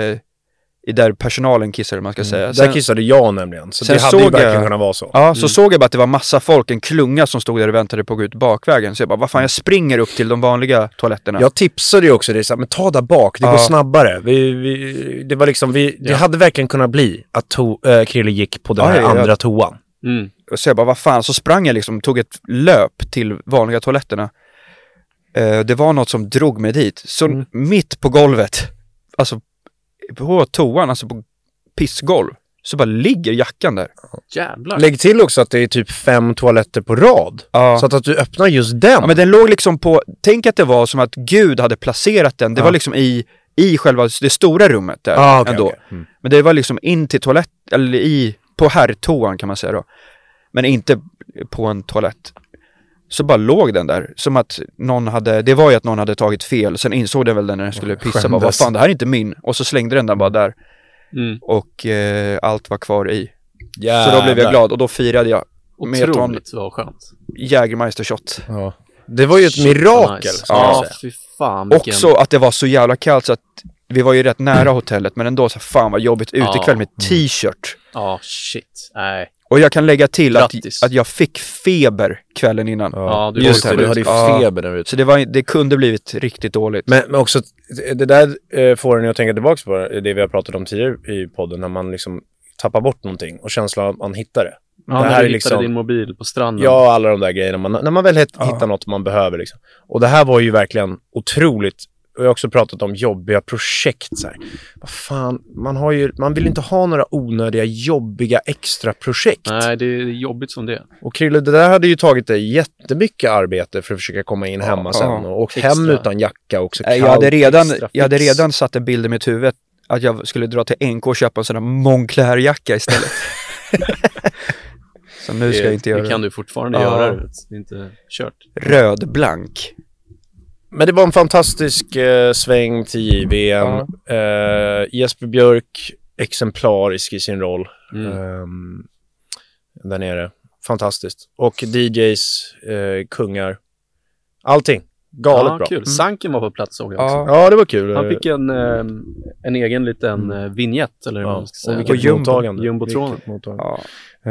i där personalen kissar, man ska säga.
Där kissade jag nämligen, så det hade ju verkligen kunnat vara så.
Ja, så såg jag bara att det var massa folk, en klunga som stod där och väntade på att gå ut bakvägen. Så jag bara, vad fan, jag springer upp till de vanliga toaletterna.
Jag tipsade ju också det, så här, men ta där bak, det går snabbare. Det var liksom, det hade verkligen kunnat bli att Krille gick på den här andra toan.
Och så jag bara, vad fan, så sprang jag liksom, tog ett löp till vanliga toaletterna. Det var något som drog mig dit. Så mitt på golvet, alltså på toan, alltså på pissgolv, så bara ligger jackan där.
Jävlar.
Lägg till också att det är typ 5 toaletter på rad. Så att du öppnar just den.
Ja, men den låg liksom på, tänk att det var som att Gud hade placerat den. Det var liksom i själva det stora rummet där ändå. Okay. Men det var liksom in till toalett, eller på herrtoan kan man säga då. Men inte på en toalett. så bara låg den där. Som att någon hade tagit fel. Sen insåg den väl när den skulle pissa. Bara, vad fan, det här är inte min. Och så slängde den bara där. Och allt var kvar i. Så då blev jag glad och då firade jag.
Otroligt vad skönt.
Jägermeister shot.
Ja. Det var ju ett mirakel.
Nice. Ja, fy fan.
Också att det var så jävla kallt så att vi var ju rätt nära hotellet. Men ändå så fan vad jobbigt utekväll med t-shirt.
Ja, shit. Nej.
Och jag kan lägga till att jag fick feber kvällen innan.
Ja, du hade ju feber där ute.
Så det kunde blivit riktigt dåligt.
Men också, det där får en att tänka tillbaka på det vi har pratat om tidigare i podden. När man liksom tappar bort någonting och känslan att man hittar det.
Ja, det här är liksom din mobil på stranden.
Ja, alla de där grejerna. När man väl hittar något man behöver liksom. Och det här var ju verkligen otroligt. Och jag har också pratat om jobbiga projekt så här. Vad fan, man vill inte ha några onödiga jobbiga extra projekt.
Nej, det är jobbigt som det.
Och Krille, det där hade ju tagit dig jättemycket arbete för att försöka komma in hemma sen och åkt hem utan jacka också.
Jag hade redan satt en bild i mitt huvud att jag skulle dra till NK och köpa en sån där Moncler-jacka istället. Så nu ska jag inte göra
det. Kan du fortfarande göra det. Det är inte kört.
Rödblank.
Men det var en fantastisk sväng till JVM. Jesper Björk exemplarisk i sin roll. Där nere. Fantastiskt. Och DJs, kungar. Allting. Galet bra.
Kul. Sanken var på plats såg jag också.
Ja, det var kul.
Han fick en egen liten vignett eller vad man ska säga.
På
Jumbotronen.
Ja.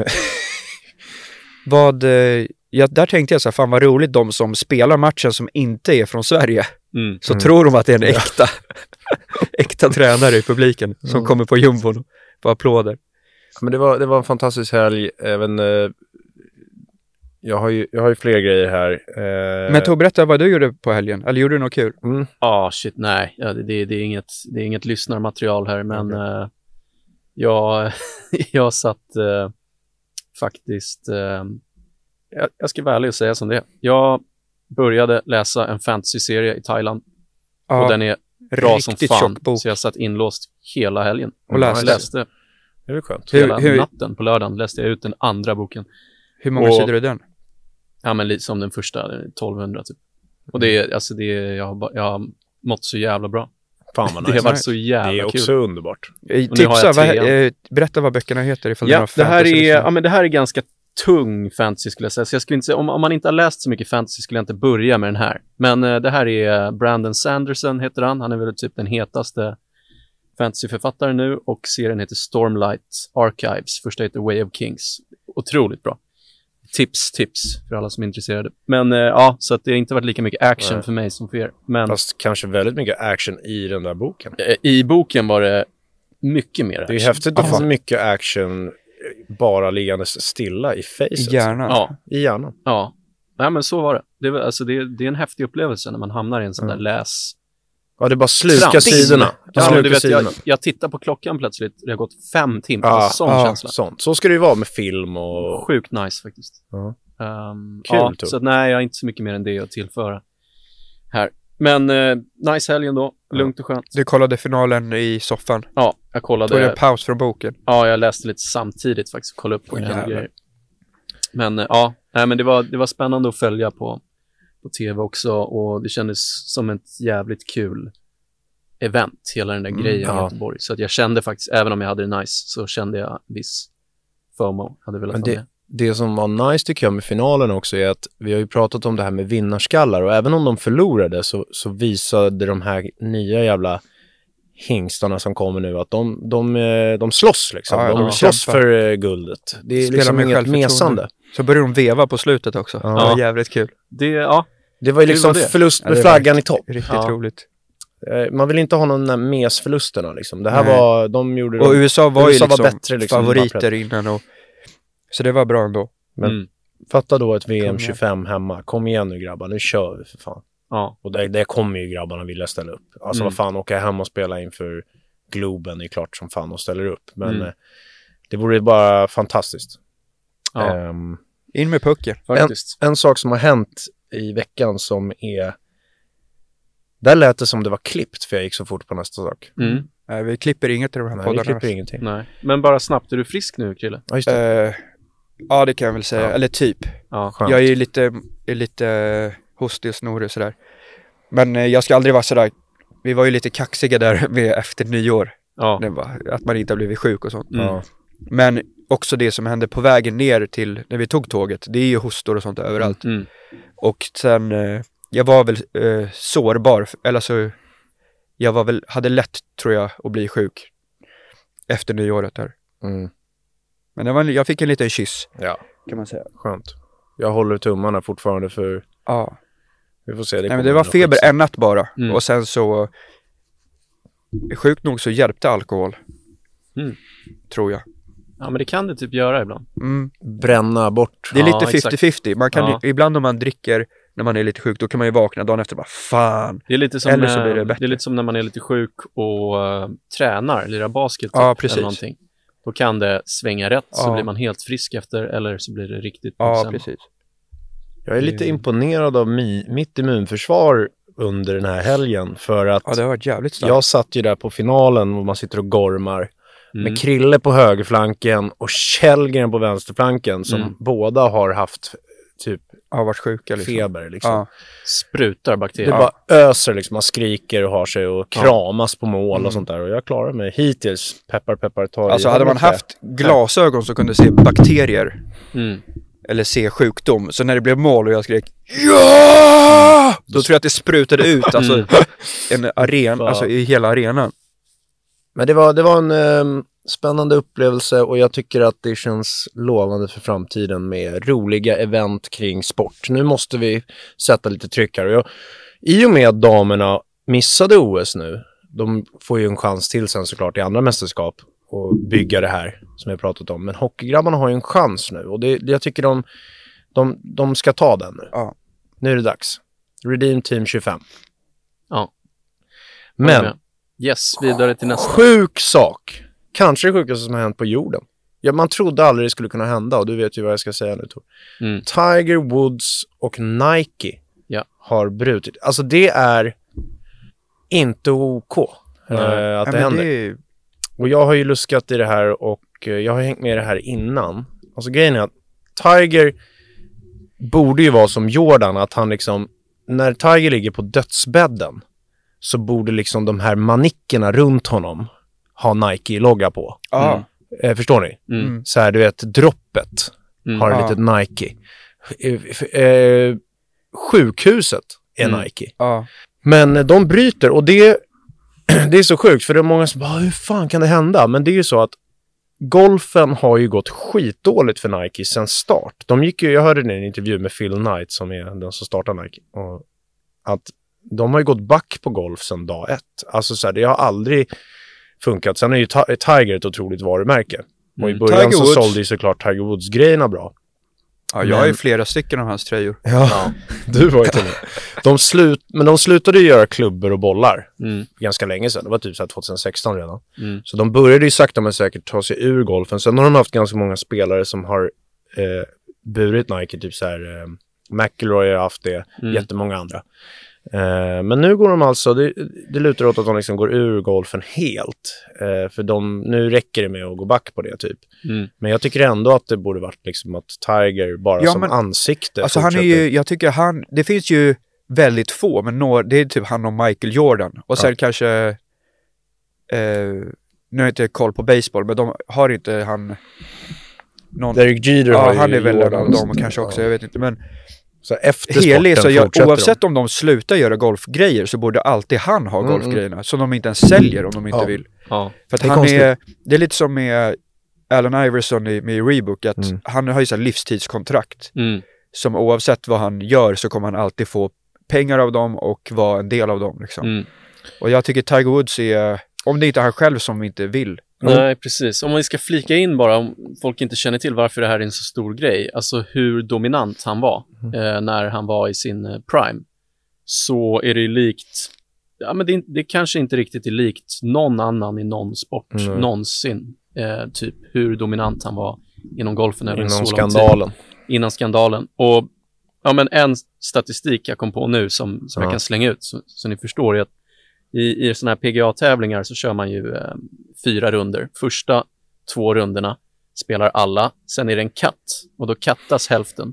Där tänkte jag så här, fan vad roligt de som spelar matchen som inte är från Sverige. Så tror de att det är en äkta tränare i publiken som kommer på jumbon på applåder.
Men det var en fantastisk helg. Även jag har ju fler grejer här.
Men Tobbe, berätta vad du gjorde på helgen. Eller gjorde du något kul?
Shit, nej. Det är inget lyssnarmaterial här. Men jag satt faktiskt... jag ska vara ärlig och säga som det är. Jag började läsa en fantasy-serie i Thailand. Och den är bra som fan. Så jag satt inlåst hela helgen.
Och läste.
Det är skönt.
Hela natten på lördagen läste jag ut den andra boken.
Hur många sidor är den?
Ja, men lite som den första, 1200 typ. Och jag har mått så jävla bra.
Fan vad nice.
Det har varit så jävla kul. Det är
också underbart.
Berätta vad böckerna heter.
Det här är ganska tung fantasy skulle jag säga. Så jag skulle inte säga, om man inte har läst så mycket fantasy skulle jag inte börja med den här. Men det här är Brandon Sanderson heter han. Han är väl typ den hetaste fantasyförfattaren nu och serien heter Stormlight Archives. Första heter Way of Kings. Otroligt bra. Tips för alla som är intresserade. Men så att det har inte varit lika mycket action för mig som för er. Men
fast kanske väldigt mycket action i den där boken.
I boken var det mycket mer action.
Det är häftigt att få mycket action bara liggandes stilla i facet.
I hjärnan.
I hjärnan.
Ja. Nej, men så var det. Det är en häftig upplevelse när man hamnar i en sån där läs.
Ja, det är bara sluka sidorna.
Jag tittar på klockan plötsligt. Det har gått 5 timmar. Sån känsla.
Sånt. Så ska det ju vara med film och...
Sjukt nice faktiskt.
Kul.
Så nej, jag har inte så mycket mer än det att tillföra här. Men nice helgen då. Lugnt och skönt.
Du kollade finalen i soffan?
Ja, jag kollade.
Tog du en paus från boken?
Ja, jag läste lite samtidigt faktiskt. Kolla upp på grejer. Men men det var spännande att följa på tv också. Och det kändes som ett jävligt kul event, hela den där grejen i Göteborg. Så att jag kände faktiskt, även om jag hade det nice, så kände jag viss FOMO. Hade velat vara med.
Det som var nice tycker jag med finalen också är att vi har ju pratat om det här med vinnarskallar och även om de förlorade så visade de här nya jävla hingstarna som kommer nu att de slåss liksom. De slåss för guldet. Det är liksom inget mesande.
Så börjar de veva på slutet också. Det var jävligt kul.
Det var ju liksom förlust med flaggan i topp.
Riktigt roligt.
Man vill inte ha någon mesförlusterna liksom. Det här var, de gjorde...
Och USA var ju liksom
bättre,
favoriter innan och... Så det var bra ändå.
Men fatta då ett VM 25 hemma. Kom igen nu grabbar, nu kör vi för fan.
Ja.
Och det kommer ju grabbarna vilja ställa upp. Alltså vad fan, åka hem och spela inför Globen är klart som fan och ställer upp. Men det vore bara fantastiskt.
Ja.
In med pucken.
En sak som har hänt i veckan som är... Där lät det som det var klippt för jag gick så fort på nästa sak.
Nej, vi klipper inget i de här poddarna.
Vi klipper ingenting.
Nej. Men bara snabbt, är du frisk nu, Krille?
Ja, just det.
Ja, det kan jag väl säga. Eller typ.
Ja,
jag är lite... är lite hostig och snorig och sådär. Men jag ska aldrig vara sådär. Vi var ju lite kaxiga där med efter nyår.
Ja.
Att man inte har blivit sjuk och sånt. Men också det som hände på vägen ner till när vi tog tåget. Det är ju hostor och sånt överallt. Och sen jag var väl sårbar. Eller så jag var väl, hade lätt tror jag att bli sjuk efter nyåret där. Men jag fick en liten kyss.
Ja,
kan man säga.
Skönt. Jag håller tummarna fortfarande för...
Ja.
Vi får se.
Nej, men det var feber en natt bara. Och sen så... Sjukt nog så hjälpte alkohol. Tror jag.
Ja, men det kan det typ göra ibland.
Bränna bort.
Det är lite 50-50. Man kan ibland om man dricker när man är lite sjuk, då kan man ju vakna dagen efter och bara fan.
Det är lite som,
eller så blir det bättre.
Det är lite som när man är lite sjuk och tränar, lirar basket
precis.
eller någonting. Då kan det svänga rätt så blir man helt frisk efter, eller så blir det riktigt.
Precis.
Jag är lite imponerad av mitt immunförsvar under den här helgen, för att
det har varit jävligt starkt.
Jag satt ju där på finalen och man sitter och gormar med Krille på högerflanken och Källgren på vänsterflanken som båda har haft typ
varit sjuka liksom.
Feber liksom.
Sprutar bakterier.
Det bara öser liksom, man skriker och har sig och kramas på mål och sånt där, och jag klarar mig hittills. Peppar tar
alltså hade man haft glasögon så kunde se bakterier eller se sjukdom, så när det blev mål och jag skrek då tror jag att det sprutade ut alltså en arena, alltså i hela arenan.
Men det var en spännande upplevelse, och jag tycker att det känns lovande för framtiden med roliga event kring sport. Nu måste vi sätta lite tryck här, och i och med att damerna missade OS nu, de får ju en chans till sen såklart i andra mästerskap och bygga det här som jag pratat om, men hockeygrabbarna har ju en chans nu, och jag tycker de ska ta den nu. Nu är det dags. Redeem Team 25. Men
vidare till nästa.
Sjuk sak. Kanske det sjukaste som har hänt på jorden. Man trodde aldrig det skulle kunna hända, och du vet ju vad jag ska säga nu, Tor. Tiger Woods och Nike har brutit. Alltså det är inte OK att det händer. Och jag har ju luskat i det här, och jag har hängt med det här innan. Alltså grejen är att Tiger borde ju vara som Jordan, att han liksom, när Tiger ligger på dödsbädden så borde liksom de här manickerna runt honom ha Nike-logga på. Förstår ni? Så här, du vet, droppet har en litet Nike. Sjukhuset är Nike. Men de bryter, och det är så sjukt, för det är många som bara, hur fan kan det hända? Men det är ju så att golfen har ju gått skitdåligt för Nike sen start. Jag hörde en intervju med Phil Knight som är den som startar Nike, och att de har ju gått back på golf sedan dag ett. Alltså så här, det har aldrig funkat. Sen är ju Tiger ett otroligt varumärke. Och i början så sålde ju såklart Tiger Woods-grejerna bra.
Ja, jag har ju flera stycken av hans tröjor.
Ja. Du var ju till Men de slutade ju göra klubbor och bollar ganska länge sedan. Det var typ så här 2016 redan. Så de började ju sakta men säkert ta sig ur golfen. Sen har de haft ganska många spelare som har burit Nike. Typ så här McIlroy har haft det. Jättemånga andra. Men nu går de alltså, det lutar åt att de liksom går ur golfen helt. För nu räcker det med att gå back på det typ. Men jag tycker ändå att det borde varit liksom att Tiger bara som ansikte.
Alltså han är ju, jag tycker det finns ju väldigt få, men det är typ han och Michael Jordan. Och sen kanske, nu har jag inte koll på baseball, men de har inte han någon...
Derek Jeter har
han är väl en av dem kanske också, jag vet inte, men så efter sporten oavsett om de slutar göra golfgrejer så borde alltid han ha golfgrejerna som de inte ens säljer om de inte vill. För att det är lite som med Allen Iverson med Reebok, att han har ju så här livstidskontrakt som oavsett vad han gör så kommer han alltid få pengar av dem och vara en del av dem liksom. Och jag tycker Tiger Woods är, om det inte är han själv som inte vill.
Nej, precis. Om vi ska flika in bara, om folk inte känner till varför det här är en så stor grej, alltså hur dominant han var när han var i sin prime, så är det ju likt, men det kanske inte riktigt är likt någon annan i någon sport någonsin, typ hur dominant han var inom golfen över en så lång tid. Innan skandalen. Och men en statistik jag kom på nu som jag kan slänga ut så ni förstår är att i såna här PGA-tävlingar så kör man ju 4 runder. Första 2 runderna spelar alla. Sen är det en cut. Och då cuttas hälften.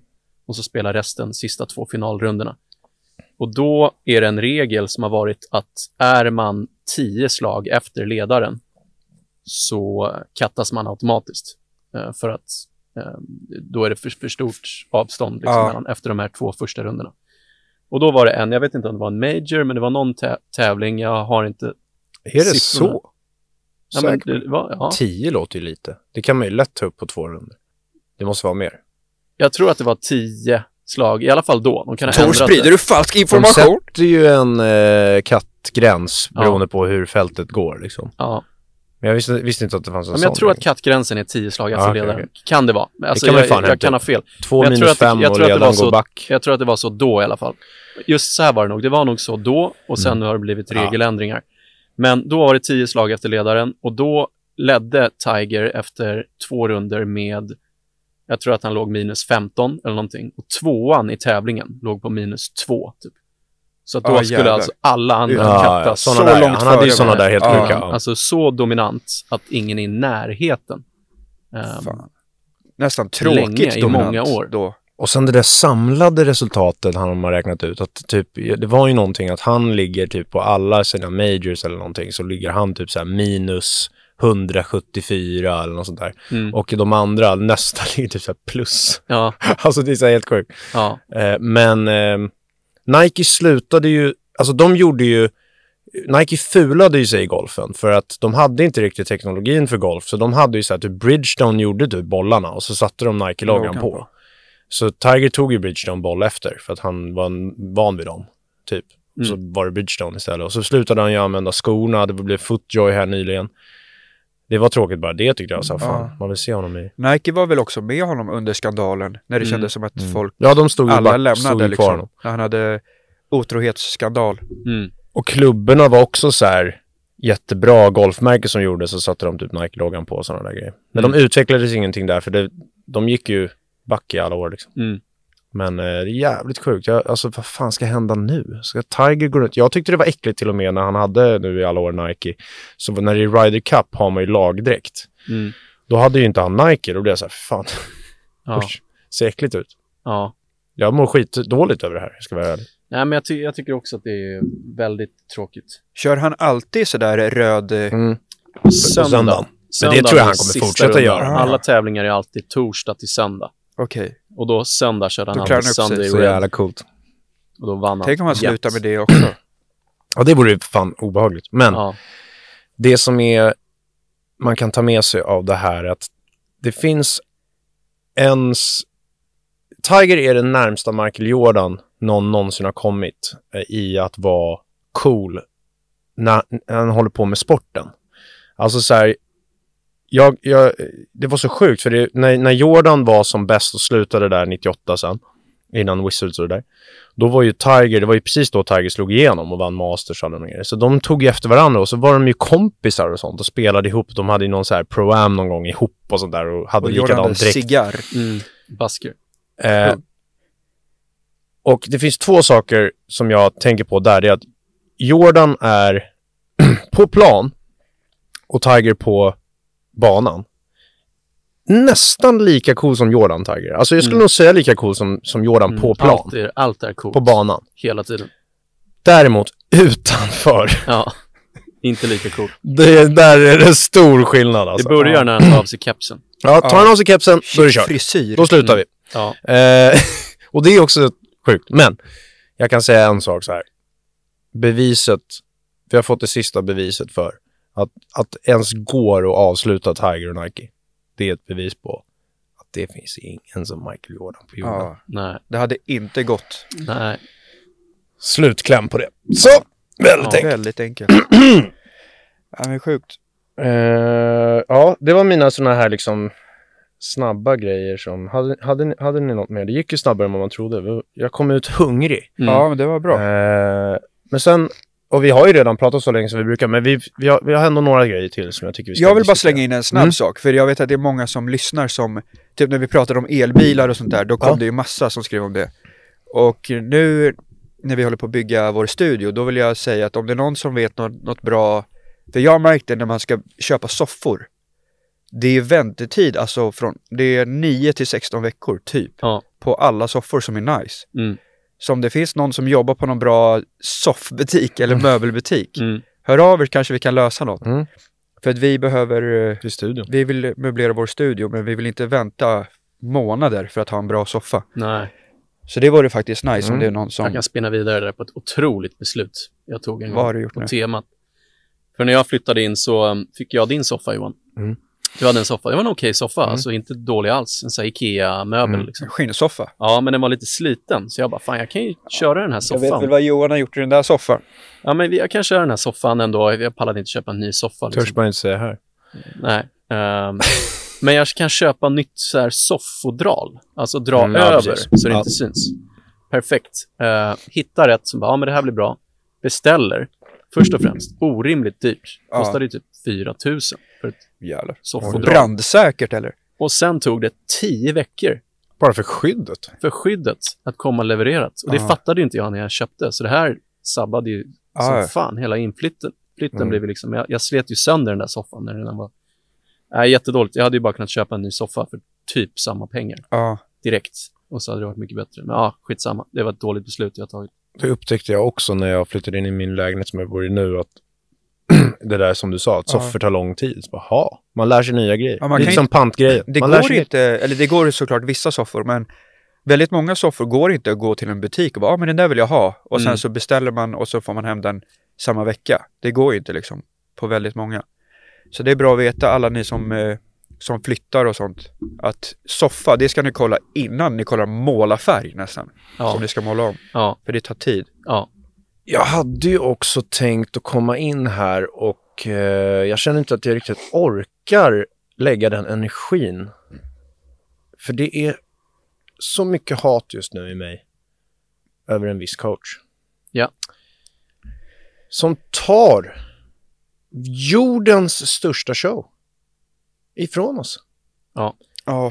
och så spelar resten sista 2 finalrundorna. Och då är det en regel som har varit att är man 10 slag efter ledaren så kattas man automatiskt. För att då är det för stort avstånd liksom, efter de här 2 första rundorna. Och då var det jag vet inte om det var en major, men det var någon tävling, jag har inte
Är det så?
Ja, men det var,
10 låter ju lite. Det kan man ju lätt ta upp på 2 runder. Det måste vara mer.
Jag tror att det var 10 slag, i alla fall då. De kan
Tor, sprider du falsk information?
De sätter ju en kattgräns beroende på hur fältet går liksom.
Ja.
Men jag visste inte att det fanns en
men
sån.
Jag tror att kattgränsen är 10 slag efter ledaren. Okay. Kan det vara? Alltså,
det kan
jag kan ha fel.
2 minus 5 och ledaren går back.
Jag tror att det var så då i alla fall. Just så här var det nog. Det var nog så då och sen har det blivit regeländringar. Men då var det 10 slag efter ledaren och då ledde Tiger efter 2 runder med, jag tror att han låg minus 15 eller någonting. Och 2:an i tävlingen låg på minus 2 typ. Så att då skulle alltså alla andra kattas
så långt. Han hade ju sådana där helt sjuka.
Alltså så dominant att ingen är i närheten.
Nästan tråkigt
i många år.
Då.
Och sen det där samlade resultatet han har räknat ut att typ, det var ju någonting att han ligger typ på alla sina majors eller någonting, så ligger han typ så här minus 174 eller något sånt där. Och de andra nästan ligger typ så här plus.
Ja.
Alltså det är så helt sjukt.
Ja.
Men Nike slutade ju, alltså Nike fulade ju sig i golfen för att de hade inte riktigt teknologin för golf, så de hade ju så att typ Bridgestone gjorde typ bollarna och så satte de Nike-loggan på. Så Tiger tog ju Bridgestone-boll efter för att han var van vid dem typ. Så var det Bridgestone istället. Och så slutade han ju använda skorna. Det blev FootJoy här nyligen. Det var tråkigt bara det, tyckte jag. Så fan, man vill se honom i.
Nike var väl också med honom under skandalen. När det kändes som att folk...
Ja, de stod ju
alla lämnade liksom. När han hade otrohetsskandal.
Och klubborna var också så här jättebra golfmärken som gjorde, så satte de typ Nike-loggan på och sådana där grejer. Men de utvecklades ingenting där, för de gick ju back i alla år liksom. Men det är jävligt sjukt. Alltså vad fan ska hända nu? Ska Tiger gå runt? Jag tyckte det var äckligt till och med när han hade nu i alla år Nike. Så när det är Ryder Cup har man ju lagdräkt. Då hade ju inte han Nike. Då blev jag så här, fan. Usch, ser äckligt ut.
Ja.
Jag mår skitdåligt över det här, ska vara ärlig.
Nej, men jag tycker också att det är väldigt tråkigt.
Kör han alltid sådär röd...
Söndag.
Men det tror jag han kommer fortsätta göra.
Alla tävlingar är alltid torsdag till söndag.
Okej.
Och då söndag körde han alltid Sunday
så jävla coolt.
Och då vann han.
Tänk om han slutar med det också.
Ja, det vore ju fan obehagligt. Men det som man kan ta med sig av det här är att det finns Tiger är den närmsta Michael Jordan någon någonsin har kommit i att vara cool när han håller på med sporten. Alltså så här, det var så sjukt för när Jordan var som bäst och slutade där 98 sen, innan Wizards och det där, då var ju Tiger, det var ju precis då Tiger slog igenom och vann Masters och alla grejer. Så de tog ju efter varandra och så var de ju kompisar och sånt och spelade ihop. De hade ju någon så här pro-am någon gång ihop och sånt där och hade likadan dräkt.
Cigarr.
Basker.
Och det finns 2 saker som jag tänker på där. Det är att Jordan är på plan och Tiger på banan nästan lika cool som Jordan Tiger. Alltså jag skulle nog säga lika cool som Jordan på plan.
Allt är coolt.
På banan.
Hela tiden.
Däremot utanför.
Ja, inte lika cool.
Där är det stor skillnad alltså.
Det börjar när han tar av sig kepsen.
Ja, tar han av sig kepsen, då är det kört.
Frisyr.
Då slutar vi.
Ja.
Och det är också sjukt. Men jag kan säga en sak så här. Beviset, vi har fått det sista beviset för att ens går att avsluta Tiger och Nike. Det är ett bevis på att det finns ingen som Michael Jordan på jorden.
Ja,
nej.
Det hade inte gått.
Nej.
Slutkläm på det. Så, väldigt enkelt.
Väldigt enkelt. Ja, men sjukt.
Ja, det var mina såna här liksom snabba grejer som... Hade ni något mer? Det gick ju snabbare än vad man trodde. Jag kom ut hungrig.
Ja, men det var bra.
Men sen... Och vi har ju redan pratat så länge som vi brukar, men vi har ändå några grejer till som jag tycker vi ska
Jag vill
diskutera.
bara slänga in en snabb sak, för jag vet att det är många som lyssnar som, typ när vi pratade om elbilar och sånt där, då kom det ju massa som skrev om det. Och nu när vi håller på att bygga vår studio, då vill jag säga att om det är någon som vet något bra, för jag märkte när man ska köpa soffor, det är väntetid, alltså det är 9 till 16 veckor typ på alla soffor som är nice. Så om det finns någon som jobbar på någon bra soffbutik eller möbelbutik, hör av er, kanske vi kan lösa något. För att vi behöver, vi vill möblera vår studio, men vi vill inte vänta månader för att ha en bra soffa.
Nej.
Så det vore faktiskt nice om det är någon som...
Jag kan spinna vidare där på ett otroligt beslut jag tog en gång på
nu?
temat. För när jag flyttade in så fick jag din soffa, Johan. Du hade en soffa. Det var en okej soffa, alltså inte dålig alls. En sån här Ikea-möbel. Liksom.
Skinnsoffa.
Ja, men den var lite sliten. Så jag bara, fan jag kan ju köra den här soffan.
Jag vet väl vad Johan har gjort i den där soffan.
Ja, men jag kan köra den här soffan ändå. Jag pallade inte köpa en ny soffa.
Törs man inte säga här.
Nej. Men jag kan köpa nytt så här soffodral. Alltså dra över så det inte syns. Perfekt. Hitta rätt som bara, ja men det här blir bra. Beställer. Först och främst, orimligt dyrt. Kostade ju typ 4 000 för ett soffodral.
Brandsäkert eller?
Och sen tog det 10 veckor.
Bara för skyddet?
För skyddet att komma levererat. Och det fattade inte jag när jag köpte. Så det här sabbade ju som fan. Hela inflytten blev liksom... Jag slet ju sönder den där soffan när den var... jättedåligt. Jag hade ju bara kunnat köpa en ny soffa för typ samma pengar. Direkt. Och så hade det varit mycket bättre. Men skitsamma. Det var ett dåligt beslut jag tagit.
Det upptäckte jag också när jag flyttade in i min lägenhet som jag bor i nu, att det där som du sa, att soffor tar lång tid. Så bara, man lär sig nya grejer. Lite som pantgrejer.
Det går såklart vissa soffor, men väldigt många soffor går inte att gå till en butik och bara, men den där vill jag ha. Och sen så beställer man och så får man hem den samma vecka. Det går ju inte liksom på väldigt många. Så det är bra att veta, alla ni som flyttar och sånt, att soffa, det ska ni kolla innan ni kollar målarfärg nästan. Som ni ska måla om. För det tar tid.
Jag hade ju också tänkt att komma in här och jag känner inte att jag riktigt orkar lägga den energin. För det är så mycket hat just nu i mig över en viss coach.
Ja.
Som tar jordens största show ifrån oss.
Ja.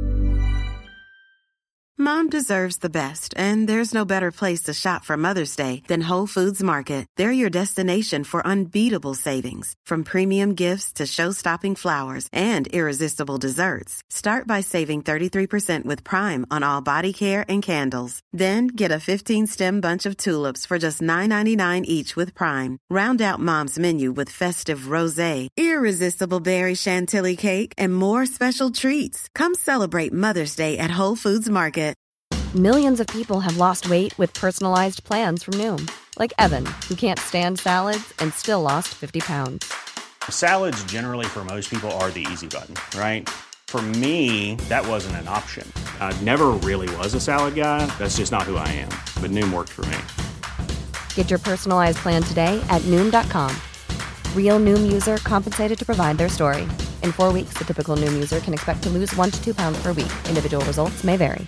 Mom deserves the best, and there's no better place to shop for Mother's Day than Whole Foods Market. They're your destination for unbeatable savings, from premium gifts to show-stopping flowers and irresistible desserts. Start by saving 33% with Prime on all body care and candles. Then get a 15-stem bunch of tulips for just $9.99 each with Prime. Round out Mom's menu with festive rosé, irresistible berry chantilly cake, and more special treats. Come celebrate Mother's Day at Whole Foods Market.
Millions of people have lost weight with personalized plans from Noom. Like Evan, who can't stand salads and still lost 50 pounds.
Salads generally for most people are the easy button, right? For me, that wasn't an option. I never really was a salad guy. That's just not who I am. But Noom worked for me.
Get your personalized plan today at Noom.com. Real Noom user compensated to provide their story. In 4 weeks, the typical Noom user can expect to lose 1 to 2 pounds per week. Individual results may vary.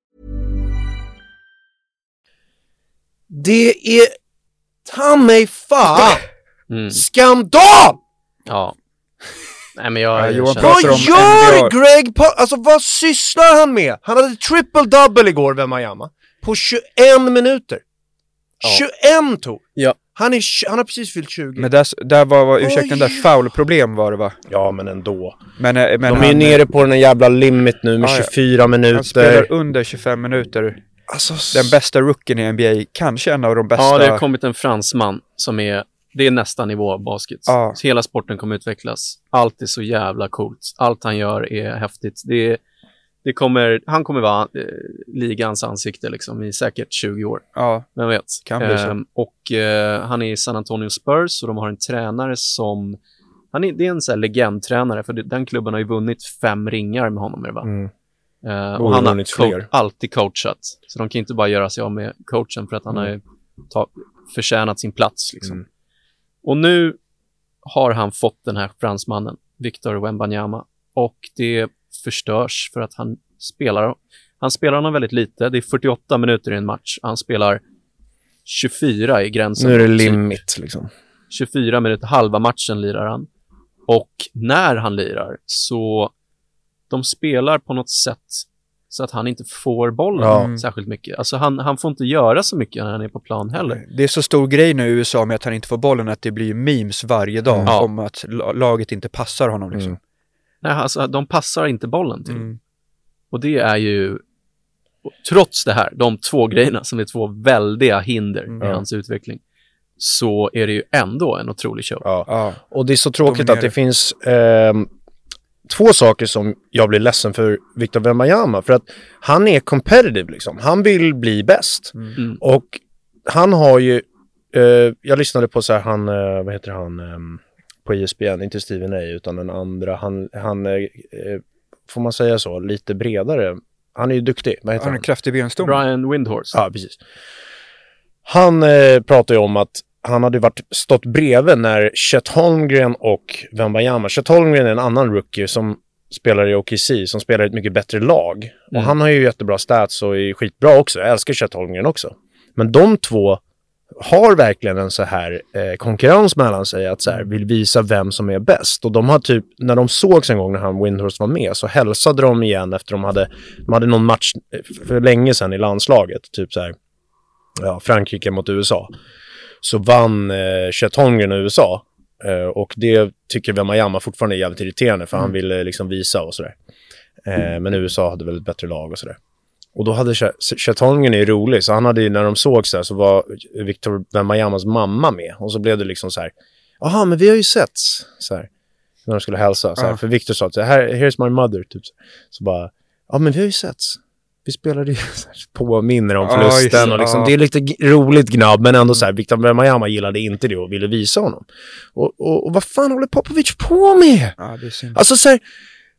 Det är ta mig fan skandal!
Ja. Nej, men
vad gör Greg? Alltså vad sysslar han med? Han hade triple-double igår vid Miami på 21 minuter. 21 tog.
Ja.
Han har precis fyllt 20.
Men där var ursäkten där foul-problem var det, va?
Ja, men ändå.
Men
de är nere på den jävla limit nu med 24 minuter. Han
spelar under 25 minuter. Alltså, den bästa rookien i NBA, kanske en av de bästa.
Ja, det har kommit en fransman som det är nästa nivå av basket. Hela sporten kommer utvecklas. Allt är så jävla coolt. Allt han gör är häftigt. Han kommer vara ligans ansikte liksom, i säkert 20 år.
Ja,
vem vet.
Kan bli så.
Och han är i San Antonio Spurs och de har en tränare som... Det är en sån här legendtränare, för den klubben har ju vunnit 5 ringar med honom. Va? Och han har alltid coachat. Så de kan inte bara göra sig av med coachen för att han har förtjänat sin plats. Liksom. Och nu har han fått den här fransmannen, Victor Wembanyama. Och det förstörs för att han spelar honom väldigt lite. Det är 48 minuter i en match. Han spelar 24 i gränsen.
Nu är det limit liksom.
24 minuter, halva matchen lirar han. Och när han lirar så de spelar på något sätt så att han inte får bollen särskilt mycket. Alltså han får inte göra så mycket när han är på plan heller.
Det är så stor grej nu i USA med att han inte får bollen att det blir memes varje dag om att laget inte passar honom liksom.
Nej, alltså de passar inte bollen till. Och det är ju, trots det här, de 2 grejerna som är 2 väldiga hinder i hans utveckling, så är det ju ändå en otrolig show.
Ja. Och det är så tråkigt att det finns 2 saker som jag blir ledsen för Victor Wembanyama, för att han är competitive liksom. Han vill bli bäst. Och han har ju jag lyssnade på så här, han vad heter han på ESPN, inte Stephen A utan den andra, han får man säga så, lite bredare. Han är ju duktig. Vad heter han?
Han är kraftig benstomme.
Brian Windhorst.
Ja, precis. Han pratar ju om att han hade stått bredvid när Chet Holmgren och Wembanyama. Chet Holmgren är en annan rookie som spelar i OKC, som spelar i ett mycket bättre lag. Och han har ju jättebra stats och är skitbra också. Jag älskar Chet Holmgren också. Men de 2 har verkligen en så här konkurrens mellan sig, att så här, vill visa vem som är bäst. Och de har typ, när de sågs en gång när han Windhorst var med, så hälsade de igen efter de hade någon match för länge sedan i landslaget, typ så här, Frankrike mot USA. Så vann Chet Holmgren i USA. Och det tycker Wembanyama fortfarande är jävligt irriterande, för han ville liksom visa och sådär. Men USA hade väl ett bättre lag och sådär. Och då hade Chet Holmgren är rolig, så han hade ju, när de såg så var Victor Wembanyamas mamma med. Och så blev det liksom så här, jaha, men vi har ju sett så här, när de skulle hälsa så här, för Victor sa så här, here's my mother typ. Så bara, ja men vi har ju sett. Vi spelade ju påminner om förlusten och liksom, det är lite roligt gnabb, men ändå så här, Victor Wembanyama gillade inte det och ville visa honom. Och vad fan håller Popovich på med?
Ja, det är synd.
Alltså så här,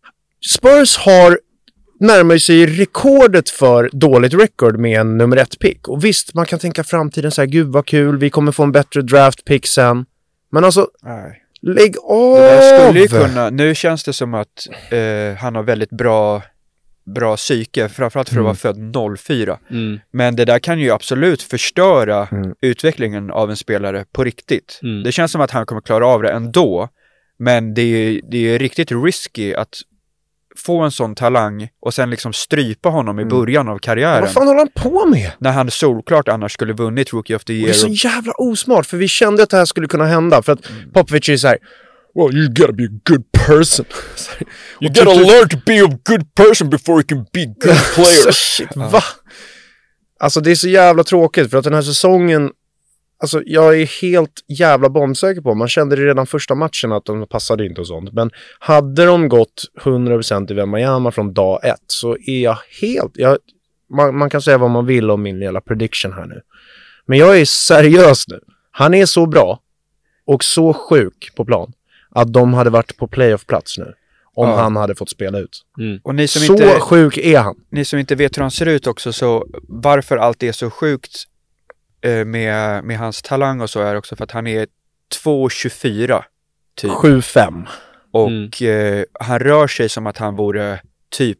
Spurs har närmar sig rekordet för dåligt record med en nummer 1-pick. Och visst, man kan tänka framtiden så här, gud vad kul, vi kommer få en bättre draft-pick sen. Men alltså, lägg av!
Det där skulle ju kunna, nu känns det som att han har väldigt bra psyke, framförallt för att vara född 04. Men det där kan ju absolut förstöra utvecklingen av en spelare på riktigt. Det känns som att han kommer klara av det ändå, men det är riktigt risky att få en sån talang och sen liksom strypa honom i början av karriären.
Vad fan håller han på med?
När han solklart annars skulle vunnit Rookie of the Year.
Det är så jävla osmart, för vi kände att det här skulle kunna hända, för att Popovich är så här, well, you gotta be a good person.
You gotta learn to be a good person before you can be good player.
Shit, va? Alltså det är så jävla tråkigt, för att den här säsongen, alltså jag är helt jävla bombsäker på, man kände det redan första matchen att de passade inte och sånt, men hade de gått 100% i Wembanyama från dag 1, så är jag helt, man kan säga vad man vill om min jävla prediction här nu, men jag är seriös nu. Han är så bra och så sjuk på plan att de hade varit på playoff-plats nu om han hade fått spela ut.
Och ni som
så
inte,
sjuk är han.
Ni som inte vet hur han ser ut också, så varför allt är så sjukt med hans talang och så är också för att han är 2,24 typ.
7,5.
Och han rör sig som att han vore typ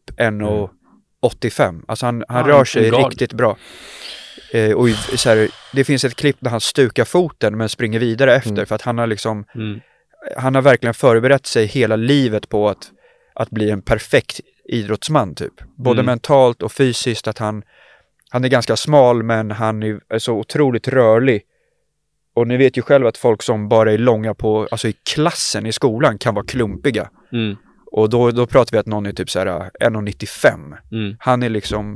1,85. Alltså han rör sig riktigt bra. Och så här, det finns ett klipp där han stukar foten men springer vidare efter, för att han har liksom han har verkligen förberett sig hela livet på att bli en perfekt idrottsman typ. Både mentalt och fysiskt, att han är ganska smal, men han är så otroligt rörlig. Och ni vet ju själva att folk som bara är långa på, alltså i klassen i skolan, kan vara klumpiga. Och då pratar vi att någon är typ så här 1,95. Han är liksom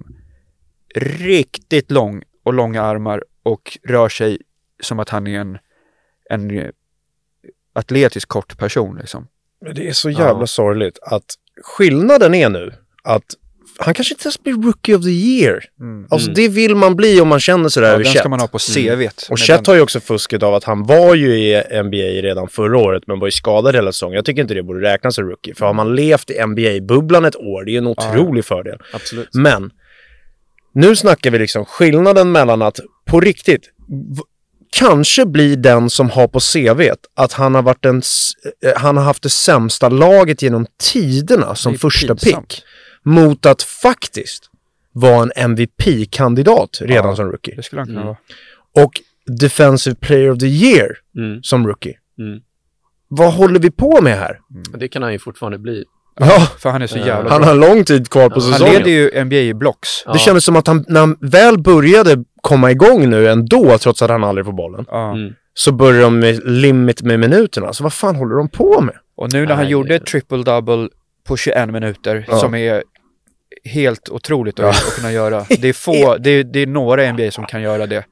riktigt lång och långa armar och rör sig som att han är en atletisk kort person liksom.
Det är så jävla sorgligt att skillnaden är nu att han kanske inte ens blir Rookie of the Year. Alltså det vill man bli om man känner sig där över Chet.
Den ska man ha på CV:t.
Och Chet har ju också fusket av att han var ju i NBA redan förra året, men var ju skadad hela säsongen. Jag tycker inte det borde räknas som rookie. För har man levt i NBA-bubblan ett år, det är en otrolig fördel.
Absolut.
Men nu snackar vi liksom skillnaden mellan att på riktigt kanske blir den som har på CV:t att han har haft det sämsta laget genom tiderna som första pick, mot att faktiskt vara en MVP-kandidat redan som rookie.
Det skulle han kunna vara.
Och Defensive Player of the Year som rookie. Vad håller vi på med här?
Det kan han ju fortfarande bli.
Ja,
för han är så jävla
han
bra.
har lång tid kvar på säsongen.
Han leder ju NBA i blocks.
Det kändes som att när han väl började komma igång nu ändå, trots att han aldrig får bollen, så börjar de med limit med minuterna. Så vad fan håller de på med?
Och nu när han gjorde triple-double på 21 minuter som är helt otroligt att kunna göra. Det är få, det är några NBA som kan göra det.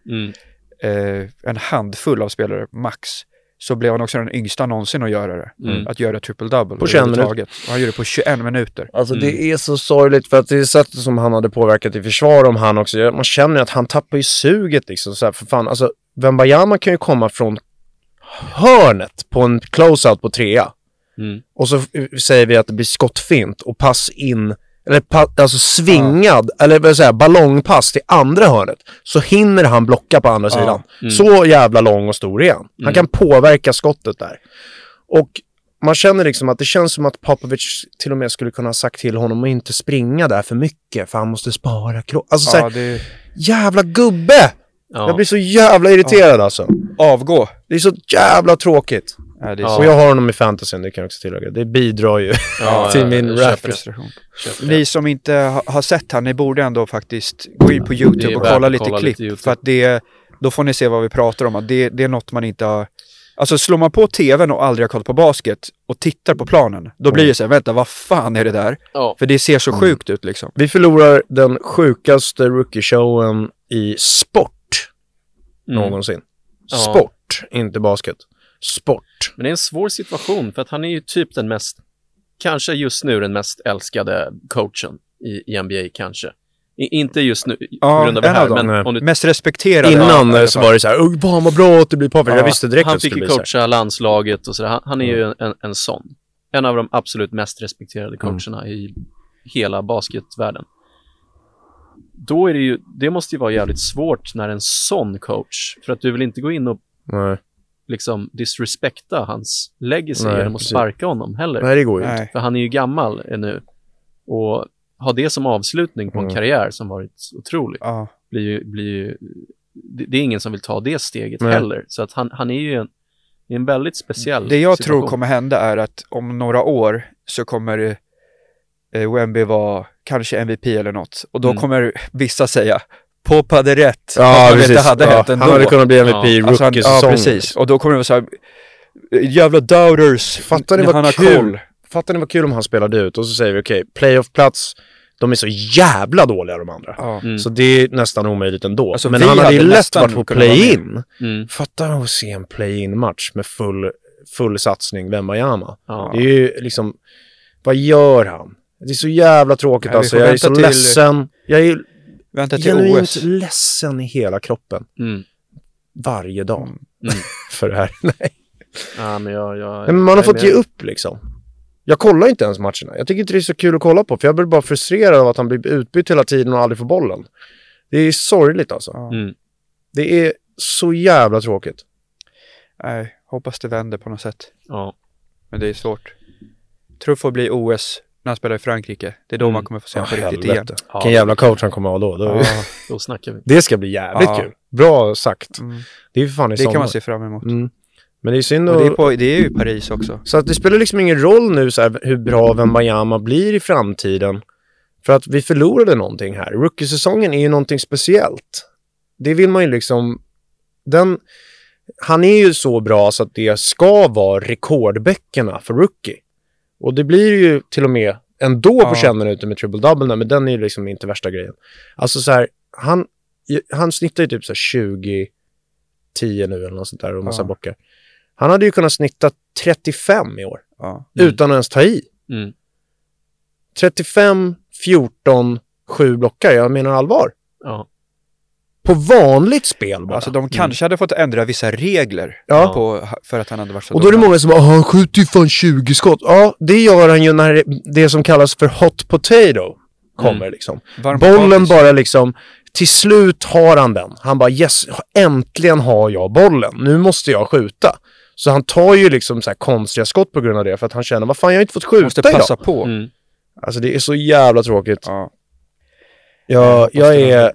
En handfull av spelare, max. Så blev han också den yngsta någonsin att göra det. Att göra triple-double.
På 21 minuter.
Han gjorde det på 21 minuter.
Alltså det är så sorgligt för att det är sättet som han hade påverkat i försvar om han också. Man känner att han tappar ju suget liksom. Så här, för fan, alltså Wembanyama kan ju komma från hörnet på en closeout på 3. Och så säger vi att det blir skottfint och pass in, eller alltså svingad, eller vad säga, ballongpass till andra hörnet, så hinner han blocka på andra sidan. Så jävla lång och stor är han. Han kan påverka skottet där. Och man känner liksom att det känns som att Popovich till och med skulle kunna ha sagt till honom att inte springa där för mycket, för han måste spara alltså så här, jävla gubbe! Jag blir så jävla irriterad alltså.
Avgå.
Det är så jävla tråkigt.
Ja, det är
och jag har honom i fantasyn, det kan jag också tillägga. Det bidrar ju till min rap-frustration.
Ni som inte har sett han, ni borde ändå faktiskt gå in på YouTube och kolla lite klipp. För att då får ni se vad vi pratar om. Att det är något man inte har... Alltså slår man på tvn och aldrig har kollat på basket och tittar på planen, då blir det så här, vänta, vad fan är det där? För det ser så sjukt ut liksom.
Vi förlorar den sjukaste rookie-showen i sport någonsin. Sport, inte basket. Sport.
Men det är en svår situation för att han är ju typ den mest, kanske just nu den mest älskade coachen i NBA kanske. Inte just nu på grund av det här, men
om du... mest respekterade.
Innan så var det så här, vad bra att det blir Popovich. Jag visste direkt
han
att det
fick
skulle
ju coacha landslaget och sådär. Han är ju en sån. En av de absolut mest respekterade coacherna i hela basketvärlden. Då är det ju, det måste ju vara jävligt svårt när en sån coach, för att du vill inte gå in och liksom disrespekta hans legacy genom att sparka honom heller.
Nej, det går ju inte.
För han är ju gammal nu. Och ha det som avslutning på en karriär som varit otrolig blir ju det är ingen som vill ta det steget heller. Så att han är ju en väldigt speciell
Det jag
situation.
tror kommer hända är att om några år så kommer Wemby vara kanske MVP eller något. Och då kommer vissa säga Pop hade rätt.
Precis.
Det hade hänt ändå.
Han hade kunnat bli MVP rookie-säsong.
Ja, precis. Och då kommer det vara så här, jävla doubters.
Fattar ni vad kul om han spelade ut och så säger vi okej, playoff-plats, de är så jävla dåliga de andra. Så det är nästan omöjligt ändå. Alltså, men han hade ju lätt varit på play-in. Fattar att se en play-in-match med full satsning, Wembanyama. Det är ju liksom, vad gör han? Det är så jävla tråkigt alltså. Jag är så ledsen. Jag är genuint ledsen i hela kroppen. Varje dag. För det här. Nej. Men man har fått ge upp liksom. Jag kollar inte ens matcherna. Jag tycker inte det är så kul att kolla på. För jag blir bara frustrerad av att han blir utbytt hela tiden och aldrig får bollen. Det är sorgligt alltså. Det är så jävla tråkigt.
Nej, hoppas det vänder på något sätt. Men det är svårt. Tror får bli OS när han spelar i Frankrike. Det är då man kommer få se honom på riktigt igen.
Vilken jävla coach han kommer att ha då.
Då snackar vi.
Det ska bli jävligt kul. Bra sagt. Det är för fan i sommar.
Det kan man se fram emot.
Men det är synd
det är ju Paris också.
Så att det spelar liksom ingen roll nu så här, hur bra Wembanyama blir i framtiden. För att vi förlorade någonting här. Rookie-säsongen är ju någonting speciellt. Det vill man ju liksom... Han är ju så bra så att det ska vara rekordböckerna för rookie. Och det blir ju till och med ändå på kännan ute med triple-double, men den är ju liksom inte värsta grejen. Alltså så här, han snittar ju typ så här 20-10 nu eller något sånt där och massa blockar. Han hade ju kunnat snitta 35 i år. Utan att ens ta i. 35, 14, 7 blockar. Jag menar allvar. På vanligt spel bara.
Alltså de kanske hade fått ändra vissa regler för att han hade varit så.
Och då är det många som bara, han skjuter ju fan 20 skott. Ja, det gör han ju när det som kallas för hot potato kommer liksom. Bollen bara liksom, till slut har han den. Han bara, yes, äntligen har jag bollen. Nu måste jag skjuta. Så han tar ju liksom så här konstiga skott på grund av det. För att han känner, vad fan, jag har inte fått skjuta
måste passa
idag.
På.
Alltså det är så jävla tråkigt. Jag är...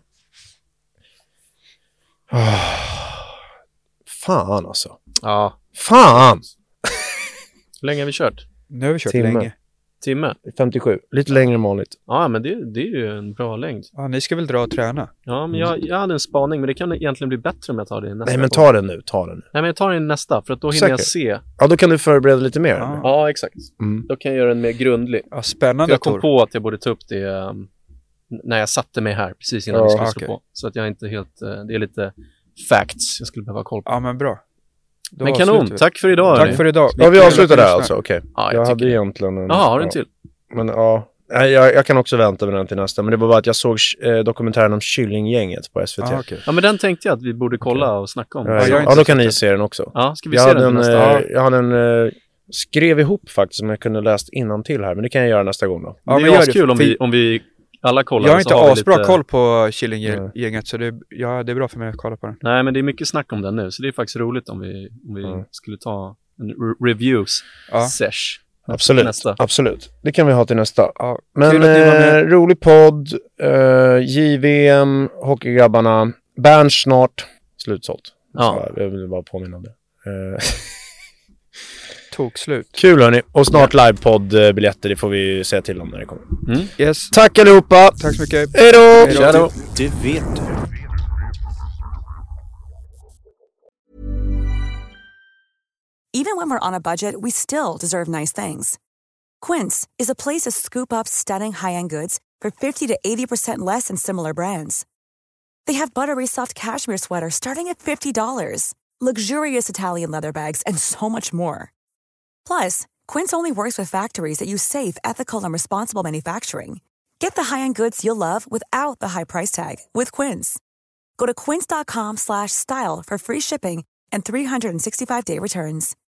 Fan alltså. Fan!
Hur länge har vi kört?
Nu har vi kört
länge.
timme?
57. Lite längre än vanligt.
Ja, men det är ju en bra längd.
Ja, ni ska väl dra och träna?
Ja, men jag hade en spaning, men det kan egentligen bli bättre om jag tar det i nästa.
Nej, men ta den nu. Nej,
men jag tar den i nästa, för att då hinner jag se.
Ja, då kan du förbereda lite mer.
Ja, exakt. Då kan jag göra den mer grundlig.
Ja, spännande.
Jag kom på att jag borde ta upp det när jag satte mig här, precis innan vi skulle slå på. Så att jag inte helt... det är lite facts jag skulle behöva koll på.
Ja, men bra.
Då men kanon, tack för idag.
Tack för idag.
Ja, vi avslutar där alltså, okej.
Ja,
jag hade egentligen en...
Ja, har du en till?
Men ja, jag kan också vänta med den till nästa. Men det var bara att jag såg dokumentären om Kyllinggänget på SVT.
Okay. Ja, men den tänkte jag att vi borde kolla och snacka om.
Ja, då kan ni se den också.
Ja, ska vi se den nästa?
Jag hade en... skrev ihop faktiskt som jag kunde läst innantill här. Men det kan jag göra nästa gång då.
Ja, det är kul om vi alla kollar.
Jag har inte asbra koll på Killinggänget, så det är bra för mig att kolla på den.
Nej, men det är mycket snack om den nu, så det är faktiskt roligt om vi skulle ta en reviews-sesh.
Absolut. Det kan vi ha till nästa. Ja, men rolig podd, JVM, Hockeygrabbarna, Berns snart, slutsålt. Ja. Jag vill bara påminna om det.
Slut.
Kul hörni. Och snart livepodd-biljetter, det får vi säga till om när det kommer.
Yes.
Tack allihopa.
Tack så mycket.
Hej då.
Det vet du.
Even when we're on a budget, we still deserve nice things. Quince is a place to scoop up stunning high-end goods for 50 to 80% less than similar brands. They have buttery soft cashmere sweaters starting at $50, luxurious Italian leather bags, and so much more. Plus, Quince only works with factories that use safe, ethical, and responsible manufacturing. Get the high-end goods you'll love without the high price tag with Quince. Go to quince.com/style for free shipping and 365-day returns.